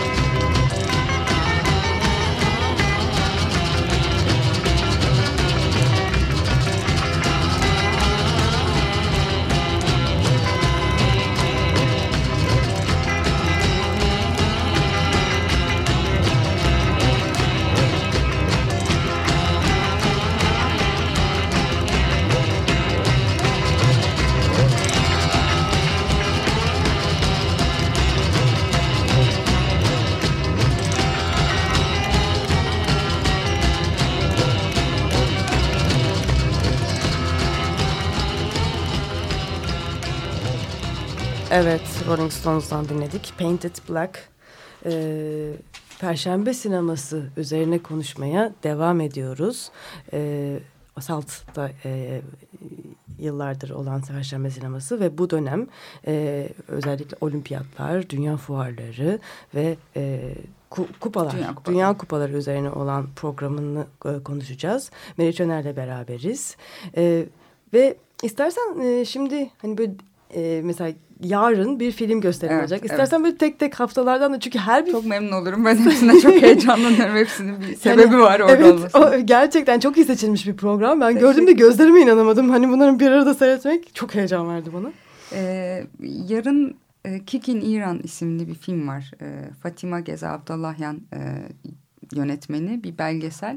Evet, Rolling Stones'dan dinledik. Painted Black. Ee, Perşembe sineması üzerine konuşmaya devam ediyoruz. Ee, Asalt'ta e, yıllardır olan Perşembe sineması ve bu dönem e, özellikle olimpiyatlar, dünya fuarları ve e, ku, kupalar, Dünya dünya, kupaları. kupaları üzerine olan programını e, konuşacağız. Meriç Öner'le beraberiz. E, ve istersen e, şimdi hani böyle e, mesela yarın bir film gösterimi Evet, olacak. evet. İstersen böyle tek tek haftalardan da çünkü her bir Çok memnun olurum. Ben hepsine çok heyecanlanıyorum. Hepsinin bir sebebi Yani, var orada evet, olması. o gerçekten çok iyi seçilmiş bir program. Ben gördüğümde gözlerime inanamadım. Hani bunların bir arada seyretmek çok heyecan verdi bana. Ee, yarın e, Kick in İran isimli bir film var. E, Fatima Geza Abdullahyan e, yönetmeni bir belgesel.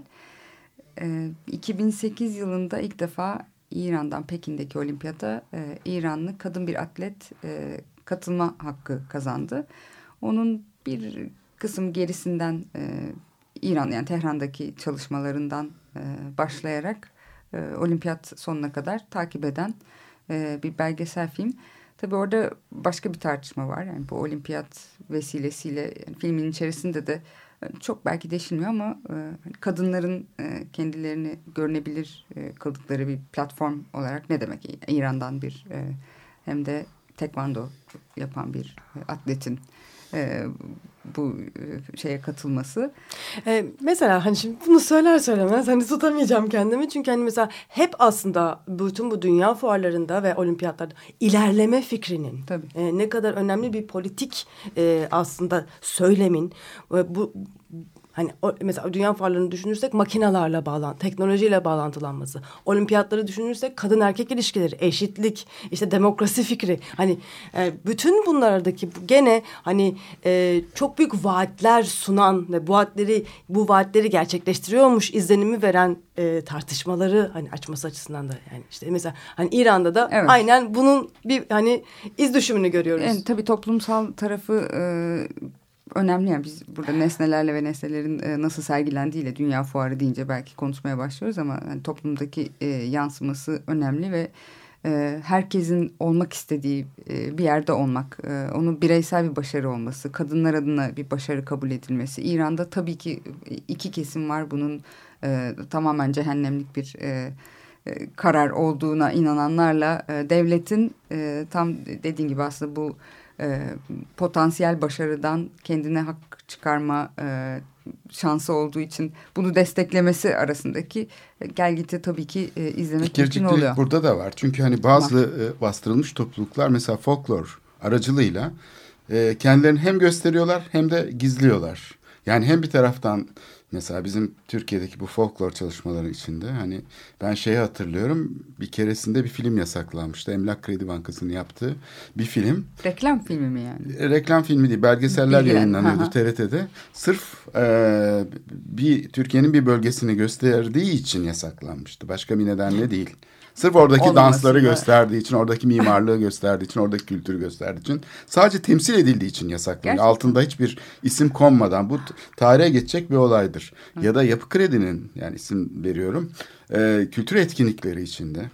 E, iki bin sekiz yılında ilk defa İran'dan Pekin'deki olimpiyata e, İranlı kadın bir atlet e, katılma hakkı kazandı. Onun bir kısım gerisinden e, İran yani Tehran'daki çalışmalarından e, başlayarak e, olimpiyat sonuna kadar takip eden e, bir belgesel film. Tabii orada başka bir tartışma var. Yani bu olimpiyat vesilesiyle yani filmin içerisinde de çok belki deşilmiyor ama e, kadınların e, kendilerini görünebilir e, kıldıkları bir platform olarak ne demek? İran'dan bir e, hem de tekvando yapan bir e, atletin e, bu e, şeye katılması. Ee, mesela hani şimdi bunu söyler söylemez hani tutamayacağım kendimi. Çünkü hani mesela hep aslında bütün bu dünya fuarlarında ve olimpiyatlarda ilerleme fikrinin Tabii. e, ne kadar önemli bir politik e, aslında söylemin e, bu hani o, mesela dünya fuarlarını düşünürsek makinalarla bağlan, teknolojiyle bağlantılanması. Olimpiyatları düşünürsek kadın erkek ilişkileri, eşitlik, işte demokrasi fikri. Hani e, bütün bunlardaki gene hani e, çok büyük vaatler sunan ve bu vaatleri bu vaatleri gerçekleştiriyormuş izlenimi veren e, tartışmaları hani açması açısından da yani işte mesela hani İran'da da Evet. aynen bunun bir hani iz düşümünü görüyoruz. Yani tabii toplumsal tarafı e, önemli. Yani biz burada nesnelerle ve nesnelerin e, nasıl sergilendiğiyle dünya fuarı deyince belki konuşmaya başlıyoruz ama yani toplumdaki e, yansıması önemli ve e, herkesin olmak istediği e, bir yerde olmak, e, onun bireysel bir başarı olması, kadınlar adına bir başarı kabul edilmesi. İran'da tabii ki iki kesim var bunun e, tamamen cehennemlik bir e, e, karar olduğuna inananlarla e, devletin e, tam dediğin gibi aslında bu e, potansiyel başarıdan kendine hak çıkarma e, şansı olduğu için bunu desteklemesi arasındaki e, gelgiti tabii ki e, izlemek mümkün oluyor. İkirciklilik burada da var. Çünkü hani bazı e, bastırılmış topluluklar mesela folklor aracılığıyla e, kendilerini hem gösteriyorlar hem de gizliyorlar. Yani hem bir taraftan mesela bizim Türkiye'deki bu folklor çalışmaları içinde hani ben şeyi hatırlıyorum bir keresinde bir film yasaklanmıştı. Emlak Kredi Bankası'nın yaptığı bir film. Reklam filmi mi yani? E, reklam filmi değil belgeseller Bilgiler, yayınlanıyordu aha. T R T'de. Sırf e, bir Türkiye'nin bir bölgesini gösterdiği için yasaklanmıştı. Başka bir nedenle değil. Sırf oradaki Olmaması dansları da. gösterdiği için, oradaki mimarlığı gösterdiği için, oradaki kültürü gösterdiği için. Sadece temsil edildiği için yasaklanıyor. Gerçekten. Altında hiçbir isim konmadan bu t- tarihe geçecek bir olaydır. Hı. Ya da Yapı Kredi'nin yani isim veriyorum e, kültür etkinlikleri içinde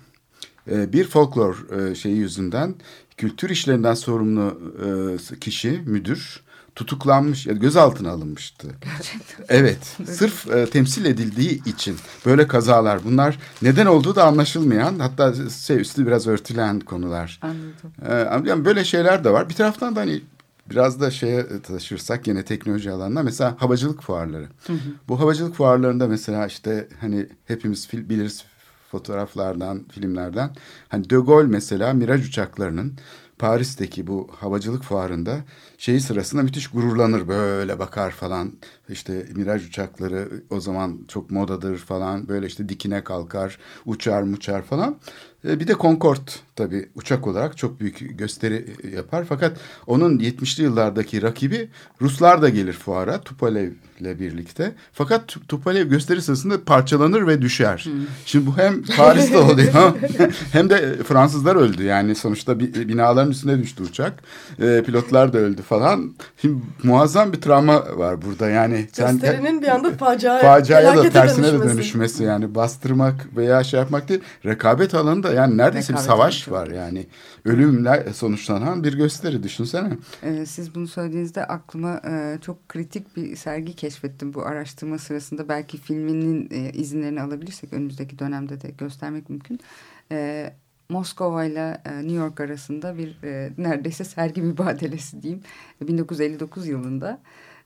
e, bir folklor e, şeyi yüzünden kültür işlerinden sorumlu e, kişi, müdür tutuklanmış ya gözaltına alınmıştı. Gerçekten. Evet. Sırf e, temsil edildiği için böyle kazalar bunlar neden olduğu da anlaşılmayan hatta şey üstü biraz örtülen konular. Anladım. E, yani böyle şeyler de var. Bir taraftan da hani biraz da şeye taşırsak yine teknoloji alanına mesela havacılık fuarları. Hı hı. Bu havacılık fuarlarında mesela işte hani hepimiz fil, biliriz fotoğraflardan, filmlerden. Hani De Gaulle mesela Miraj uçaklarının Paris'teki bu havacılık fuarında şeyi sırasında müthiş gururlanır böyle bakar falan işte Miraj uçakları o zaman çok modadır falan böyle işte dikine kalkar uçar muçar falan. Bir de Concorde tabii uçak olarak çok büyük gösteri yapar fakat onun yetmişli yıllardaki rakibi Ruslar da gelir fuara Tupolev'le birlikte fakat Tupolev gösteri sırasında parçalanır ve düşer. Hmm. Şimdi bu hem Paris'te oluyor hem de Fransızlar öldü yani sonuçta binaların üstüne düştü uçak e, pilotlar da öldü falan. Şimdi muazzam bir travma var burada yani. Gösterinin sen, bir anda facia, faciaya da tersine dönüşmesi. de dönüşmesi yani bastırmak veya şey yapmak değil rekabet alanında yani neredeyse rekabet bir savaş var yani ölümle sonuçlanan bir gösteri düşünsene. Ee, siz bunu söylediğinizde aklıma e, çok kritik bir sergi keşfettim bu araştırma sırasında belki filminin e, izinlerini alabilirsek önümüzdeki dönemde de göstermek mümkün. E, Moskova ile New York arasında bir e, neredeyse sergi mübadelesi diyeyim bin dokuz yüz elli dokuz yılında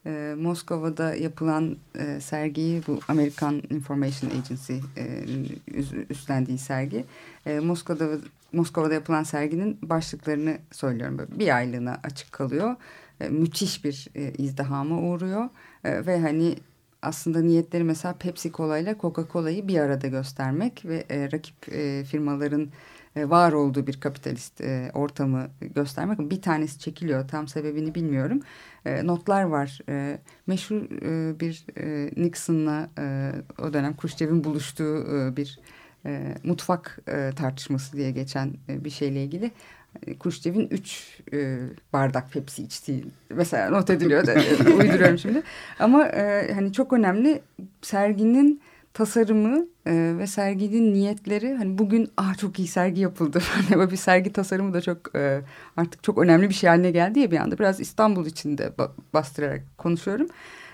e, Moskova'da yapılan e, sergiyi, bu American Information Agency e, üstlendiği sergi. E, Moskova'da Moskova'da yapılan serginin başlıklarını söylüyorum. Böyle bir aylığına açık kalıyor. E, müthiş bir e, izdihama uğruyor. E, ve hani aslında niyetleri mesela Pepsi Cola ile Coca-Cola'yı bir arada göstermek ve e, rakip e, firmaların e, var olduğu bir kapitalist e, ortamı göstermek. Bir tanesi çekiliyor. Tam sebebini bilmiyorum. E, notlar var. E, meşhur e, bir e, Nixon'la e, o dönem Khrushchev'in buluştuğu e, bir e, mutfak e, tartışması diye geçen e, bir şeyle ilgili. Khrushchev'in üç e, bardak Pepsi içtiği mesela not ediliyor da uyduruyorum şimdi. Ama e, hani çok önemli serginin tasarımı e, ve serginin niyetleri. Hani bugün ah çok iyi sergi yapıldı. Hani bir sergi tasarımı da çok e, artık çok önemli bir şey haline geldi ya bir anda. Biraz İstanbul içinde bastırarak konuşuyorum.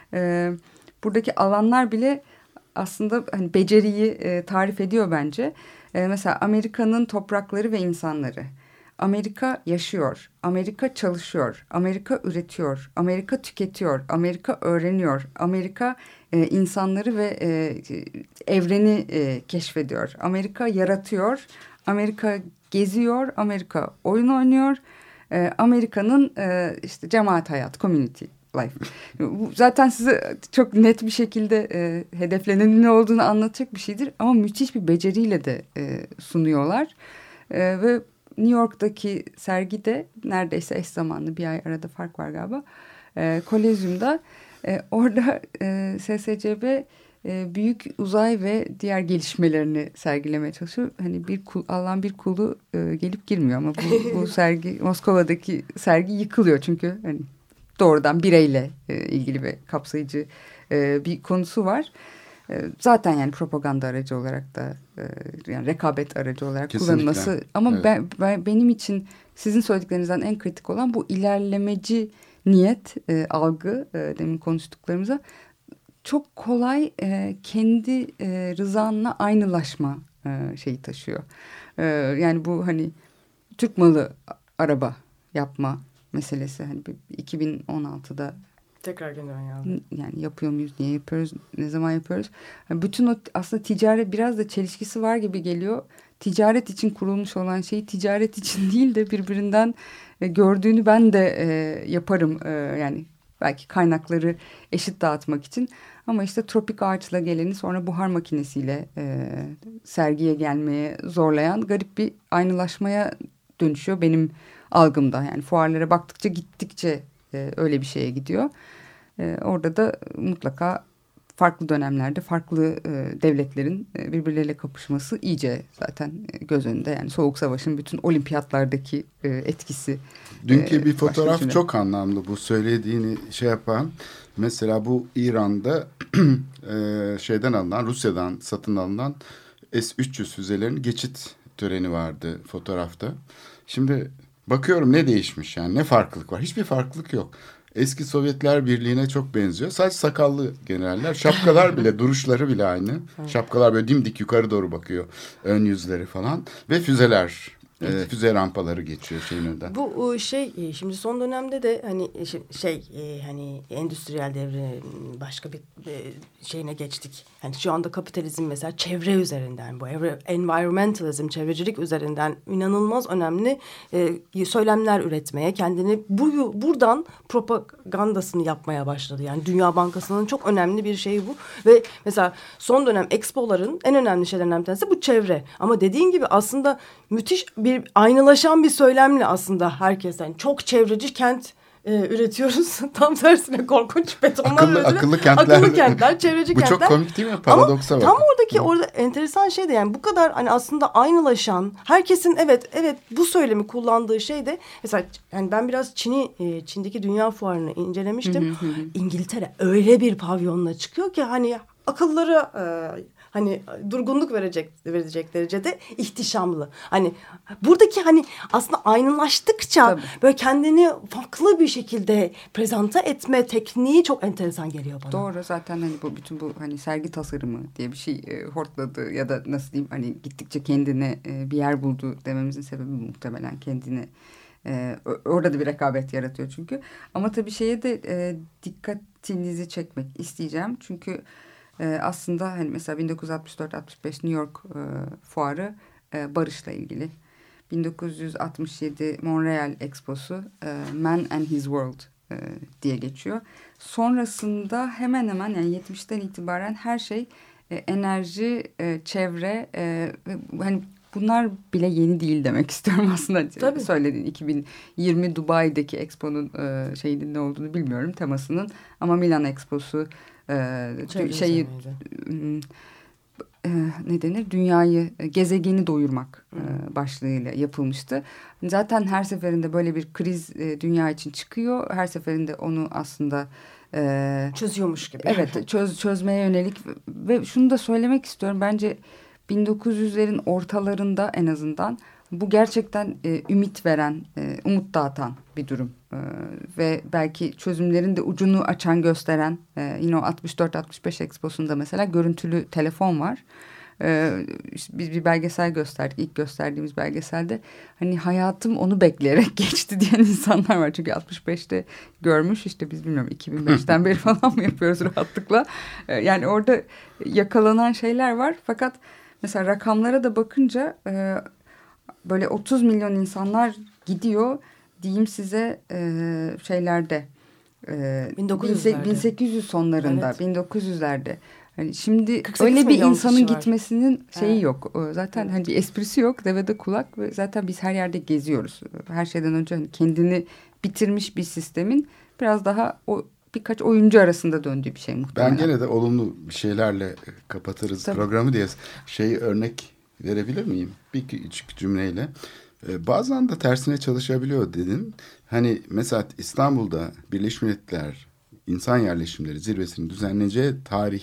E, buradaki alanlar bile aslında hani beceriyi e, tarif ediyor bence. E, mesela Amerika'nın toprakları ve insanları. Amerika yaşıyor, Amerika çalışıyor, Amerika üretiyor, Amerika tüketiyor, Amerika öğreniyor, Amerika e, insanları ve e, evreni e, keşfediyor, Amerika yaratıyor, Amerika geziyor, Amerika oyun oynuyor, e, Amerika'nın e, işte cemaat hayat, community life. Bu zaten size çok net bir şekilde e, hedeflenenin ne olduğunu anlatacak bir şeydir ama müthiş bir beceriyle de e, sunuyorlar e, ve New York'taki sergide neredeyse eş zamanlı bir ay arada fark var galiba. E, Kolezyum'da e, orada e, S S C B e, büyük uzay ve diğer gelişmelerini sergilemeye çalışıyor. Hani bir kul, Allah'ın bir kulu e, gelip girmiyor ama bu, bu sergi Moskova'daki sergi yıkılıyor çünkü hani doğrudan bireyle e, ilgili ve kapsayıcı e, bir konusu var. Zaten yani propaganda aracı olarak da yani rekabet aracı olarak kesinlikle kullanılması ama evet. ben, ben benim için sizin söylediklerinizden en kritik olan bu ilerlemeci niyet e, algı e, demin konuştuklarımıza çok kolay e, kendi e, rızanla aynılaşma e, şeyi taşıyor. E, yani bu hani Türk malı araba yapma meselesi hani iki bin on altıda tekrar gündeme geldi. Yani yapıyor muyuz, niye yapıyoruz, ne zaman yapıyoruz? Yani bütün o aslında ticaret biraz da çelişkisi var gibi geliyor. Ticaret için kurulmuş olan şeyi ticaret için değil de birbirinden e, gördüğünü ben de e, yaparım. E, yani belki kaynakları eşit dağıtmak için. Ama işte tropik ağaçla geleni sonra buhar makinesiyle e, sergiye gelmeye zorlayan garip bir aynılaşmaya dönüşüyor benim algımda. Yani fuarlara baktıkça gittikçe e, öyle bir şeye gidiyor. E, orada da mutlaka farklı dönemlerde farklı e, devletlerin e, birbirleriyle kapışması iyice zaten e, göz önünde. Yani Soğuk Savaş'ın bütün olimpiyatlardaki e, etkisi. Dünkü e, bir fotoğraf çok anlamlı bu söylediğini şey yapan. Mesela bu İran'da e, şeyden alınan, Rusya'dan satın alınan S üç yüz füzelerinin geçit töreni vardı fotoğrafta. Şimdi bakıyorum ne değişmiş yani ne farklılık var? Hiçbir farklılık yok. Eski Sovyetler Birliği'ne çok benziyor. Sadece sakallı generaller. Şapkalar bile, duruşları bile aynı. Şapkalar böyle dimdik yukarı doğru bakıyor. Ön yüzleri falan. Ve füzeler. E, füze rampaları geçiyor şeyin önünden. Bu şey şimdi son dönemde de hani şey hani endüstriyel devrin başka bir şeyine geçtik. Yani şu anda kapitalizm mesela çevre üzerinden bu environmentalism, çevrecilik üzerinden inanılmaz önemli söylemler üretmeye, kendini bu buradan propagandasını yapmaya başladı. Yani Dünya Bankası'nın çok önemli bir şeyi bu ve mesela son dönem expo'ların en önemli şeylerinden bir tanesi bu çevre. Ama dediğin gibi aslında müthiş bir bir aynılaşan bir söylemle aslında herkesten yani çok çevreci kent e, üretiyoruz. Tam tersine korkunç betonlar akıllı, üretiyor. Akıllı kentler. Akıllı kentler, çevreci bu kentler. Bu çok komik değil mi? Paradoksa bak. Tam oradaki orada enteresan şey de yani bu kadar hani aslında aynılaşan herkesin evet evet bu söylemi kullandığı şey de mesela yani ben biraz Çin'i e, Çin'deki dünya fuarını incelemiştim. İngiltere öyle bir pavyonla çıkıyor ki hani akılları e, hani durgunluk verecek verecek derecede ihtişamlı. Hani buradaki hani aslında aynılaştıkça tabii, böyle kendini farklı bir şekilde prezente etme tekniği çok enteresan geliyor bana. Doğru zaten hani bu bütün bu hani sergi tasarımı diye bir şey e, hortladı ya da nasıl diyeyim hani gittikçe kendine e, bir yer buldu dememizin sebebi muhtemelen kendini E, orada da bir rekabet yaratıyor çünkü. Ama tabii şeye de e, dikkatinizi çekmek isteyeceğim. Çünkü e, aslında hani mesela bin dokuz yüz altmış dört altmış beş New York e, fuarı e, barışla ilgili. bin dokuz yüz altmış yedi Montreal Expo'su e, Man and His World e, diye geçiyor. Sonrasında hemen hemen yani yetmişten itibaren her şey e, enerji, e, çevre e, ve hani bunlar bile yeni değil demek istiyorum aslında. Tabii. Söylediğin iki bin yirmi Dubai'deki Expo'nun e, şeyinin ne olduğunu bilmiyorum temasının ama Milan Expo'su e, Çevre şeyi üzerineydi. e, ne denir? Dünyayı, e, gezegeni doyurmak e, başlığıyla yapılmıştı. Zaten her seferinde böyle bir kriz e, dünya için çıkıyor. Her seferinde onu aslında e, Çözüyormuş gibi. evet çöz, çözmeye yönelik ve şunu da söylemek istiyorum. Bence bin dokuz yüzlerin ortalarında en azından bu gerçekten e, ümit veren, e, umut dağıtan bir durum. E, ve belki çözümlerin de ucunu açan, gösteren e, yine o altmış dört altmış beş Expo'sunda mesela görüntülü telefon var. E, işte biz bir belgesel gösterdik. İlk gösterdiğimiz belgeselde hani hayatım onu bekleyerek geçti diyen insanlar var. Çünkü altmış beşte görmüş, işte biz bilmiyorum iki bin beşten beri falan mı yapıyoruz rahatlıkla. E, yani orada yakalanan şeyler var. Fakat mesela rakamlara da bakınca e, böyle otuz milyon insanlar gidiyor diyeyim size e, şeylerde e, bin dokuz yüzlerde. bin sekiz yüz sonlarında Evet. bin dokuz yüzlerde. Hani şimdi kırk sekiz öyle bir milyon insanın kişi var. gitmesinin şeyi Evet. yok. O zaten hani bir esprisi yok. Devede kulak ve zaten biz her yerde geziyoruz. Her şeyden önce hani kendini bitirmiş bir sistemin biraz daha o birkaç oyuncu arasında döndüğü bir şey muhtemelen. Ben gene de olumlu bir şeylerle kapatırız Tabii. programı diye şey örnek verebilir miyim? Bir küçük cümleyle. Ee, bazen de tersine çalışabiliyor dedin. Hani mesela İstanbul'da Birleşmiş Milletler İnsan Yerleşimleri Zirvesi'nin düzenleneceği tarih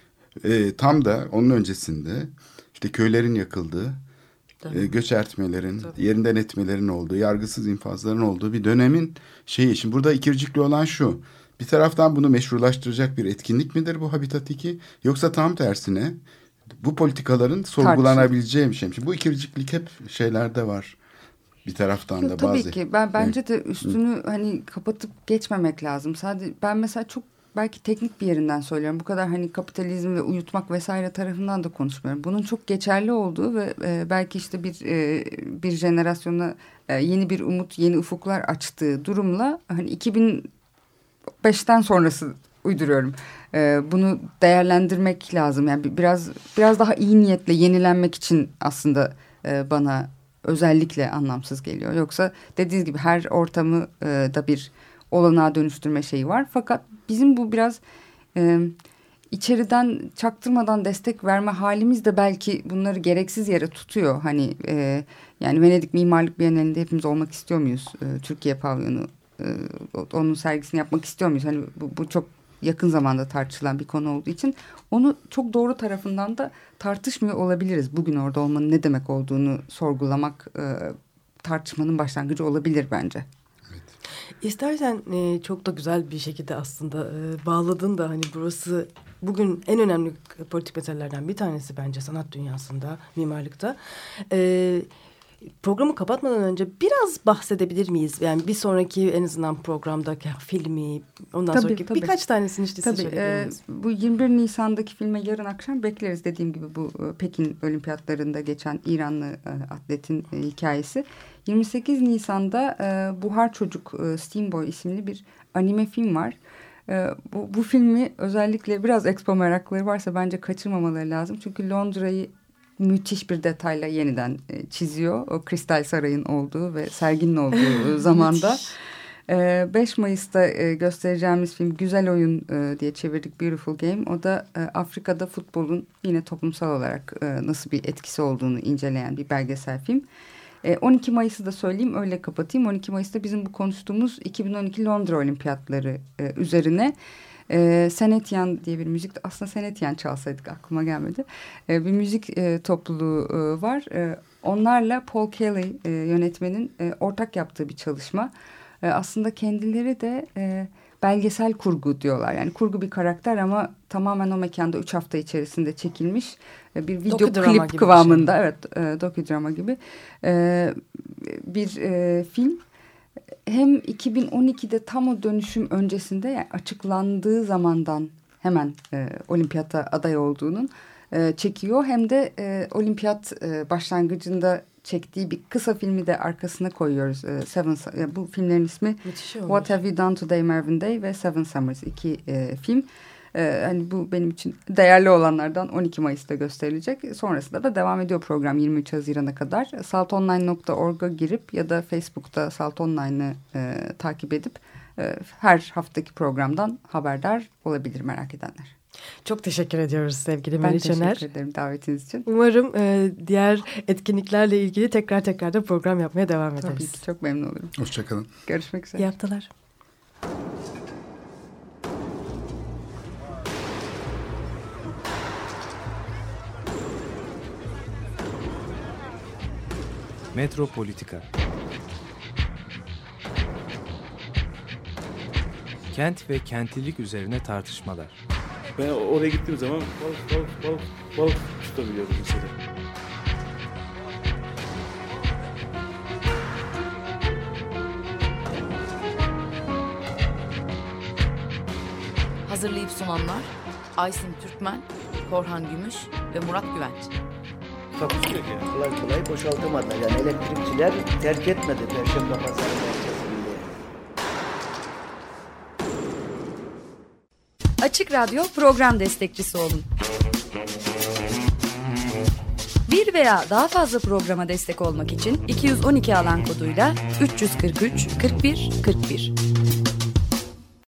e, tam da onun öncesinde işte köylerin yakıldığı, e, göçertmelerin, Tabii. yerinden etmelerin olduğu, yargısız infazların olduğu bir dönemin şeyi. Şimdi burada ikircikli olan şu. Bir taraftan bunu meşrulaştıracak bir etkinlik midir bu Habitat iki? Yoksa tam tersine bu politikaların sorgulanabileceği bir şey mi? Şimdi bu ikirciklik hep şeylerde var. Bir taraftan Yok, da tabii bazı. ki ben bence de üstünü hani kapatıp geçmemek lazım. Sadece ben mesela çok belki teknik bir yerinden söylüyorum. Bu kadar hani kapitalizm ve uyutmak vesaire tarafından da konuşmuyorum. Bunun çok geçerli olduğu ve e, belki işte bir e, bir jenerasyona e, yeni bir umut, yeni ufuklar açtığı durumla hani iki bin beşten sonrası uyduruyorum. Ee, bunu değerlendirmek lazım. Yani biraz biraz daha iyi niyetle yenilenmek için aslında e, bana özellikle anlamsız geliyor. Yoksa dediğiniz gibi her ortamı e, da bir olanağa dönüştürme şeyi var. Fakat bizim bu biraz e, içeriden çaktırmadan destek verme halimiz de belki bunları gereksiz yere tutuyor. Hani e, yani Venedik Mimarlık Bienalinde hepimiz olmak istiyor muyuz? E, Türkiye pavyonu e, onun sergisini yapmak istiyor muyuz? Hani bu, bu çok yakın zamanda tartışılan bir konu olduğu için onu çok doğru tarafından da tartışmıyor olabiliriz. Bugün orada olmanın ne demek olduğunu sorgulamak e, tartışmanın başlangıcı olabilir bence. İstersen e, çok da güzel bir şekilde aslında e, bağladın da hani burası bugün en önemli politik meselelerden bir tanesi bence sanat dünyasında, mimarlıkta. E, programı kapatmadan önce biraz bahsedebilir miyiz? Yani bir sonraki en azından programdaki filmi, ondan Tabii, sonraki tabii. birkaç tanesini işte size Tabii söyleyebilir e, miyiz? bu yirmi bir Nisan'daki filme yarın akşam bekleriz. Dediğim gibi bu e, Pekin Olimpiyatlarında geçen İranlı e, atletin e, hikayesi. yirmi sekiz Nisan'da e, Buhar Çocuk e, Steam Boy isimli bir anime film var. E, bu, bu filmi özellikle biraz expo merakları varsa bence kaçırmamaları lazım. Çünkü Londra'yı müthiş bir detayla yeniden e, çiziyor. O Kristal Saray'ın olduğu ve serginin olduğu zamanda. E, beş Mayıs'ta e, göstereceğimiz film Güzel Oyun e, diye çevirdik, Beautiful Game. O da e, Afrika'da futbolun yine toplumsal olarak e, nasıl bir etkisi olduğunu inceleyen bir belgesel film. E, on iki Mayıs'ı da söyleyeyim, öyle kapatayım. on iki Mayıs'ta bizim bu konuştuğumuz iki bin on iki Londra Olimpiyatları e, üzerine e, Senetyan diye bir müzik, aslında Senetyan çalsaydık aklıma gelmedi. E, bir müzik e, topluluğu e, var. E, onlarla Paul Kelly e, yönetmenin e, ortak yaptığı bir çalışma. E, aslında kendileri de e, belgesel kurgu diyorlar. Yani kurgu bir karakter ama tamamen o mekanda üç hafta içerisinde çekilmiş e, bir video Dokudrama klip gibi kıvamında. bir şey. Evet, e, dokudrama gibi e, bir e, film. hem iki bin on ikide tam o dönüşüm öncesinde, yani açıklandığı zamandan hemen e, olimpiyatta aday olduğunun e, çekiyor. Hem de e, olimpiyat e, başlangıcında çektiği bir kısa filmi de arkasına koyuyoruz. E, Seven, e, bu filmlerin ismi What Have You Done Today Marvin Day ve Seven Summers, iki e, film. Ee, hani bu benim için değerli olanlardan. On iki Mayıs'ta gösterilecek. Sonrasında da devam ediyor program yirmi üç Haziran'a kadar. salt online nokta org'a girip ya da Facebook'ta Salt Online'ı e, takip edip e, her haftaki programdan haberdar olabilir merak edenler. Çok teşekkür ediyoruz sevgili Ben Meriç Öner. teşekkür ederim davetiniz için. Umarım e, diğer etkinliklerle ilgili tekrar tekrar da program yapmaya devam ederiz. Tabii ki, çok memnun olurum. Hoşçakalın. Görüşmek üzere. İyi haftalar. Metropolitika. Kent ve kentlilik üzerine tartışmalar. Ben oraya gittiğim zaman balık balık balık balık tutabiliyorum mesela. Hazırlayıp sunanlar Aysin Türkmen, Korhan Gümüş ve Murat Güvenç. Takusu yok yani. Kolay kolay boşaltamadılar. Yani elektrikçiler terk etmedi Perşembe Pazarı merkezinde. Açık Radyo program destekçisi olun. Bir veya daha fazla programa destek olmak için iki yüz on iki alan koduyla üç yüz kırk üç kırk bir kırk bir.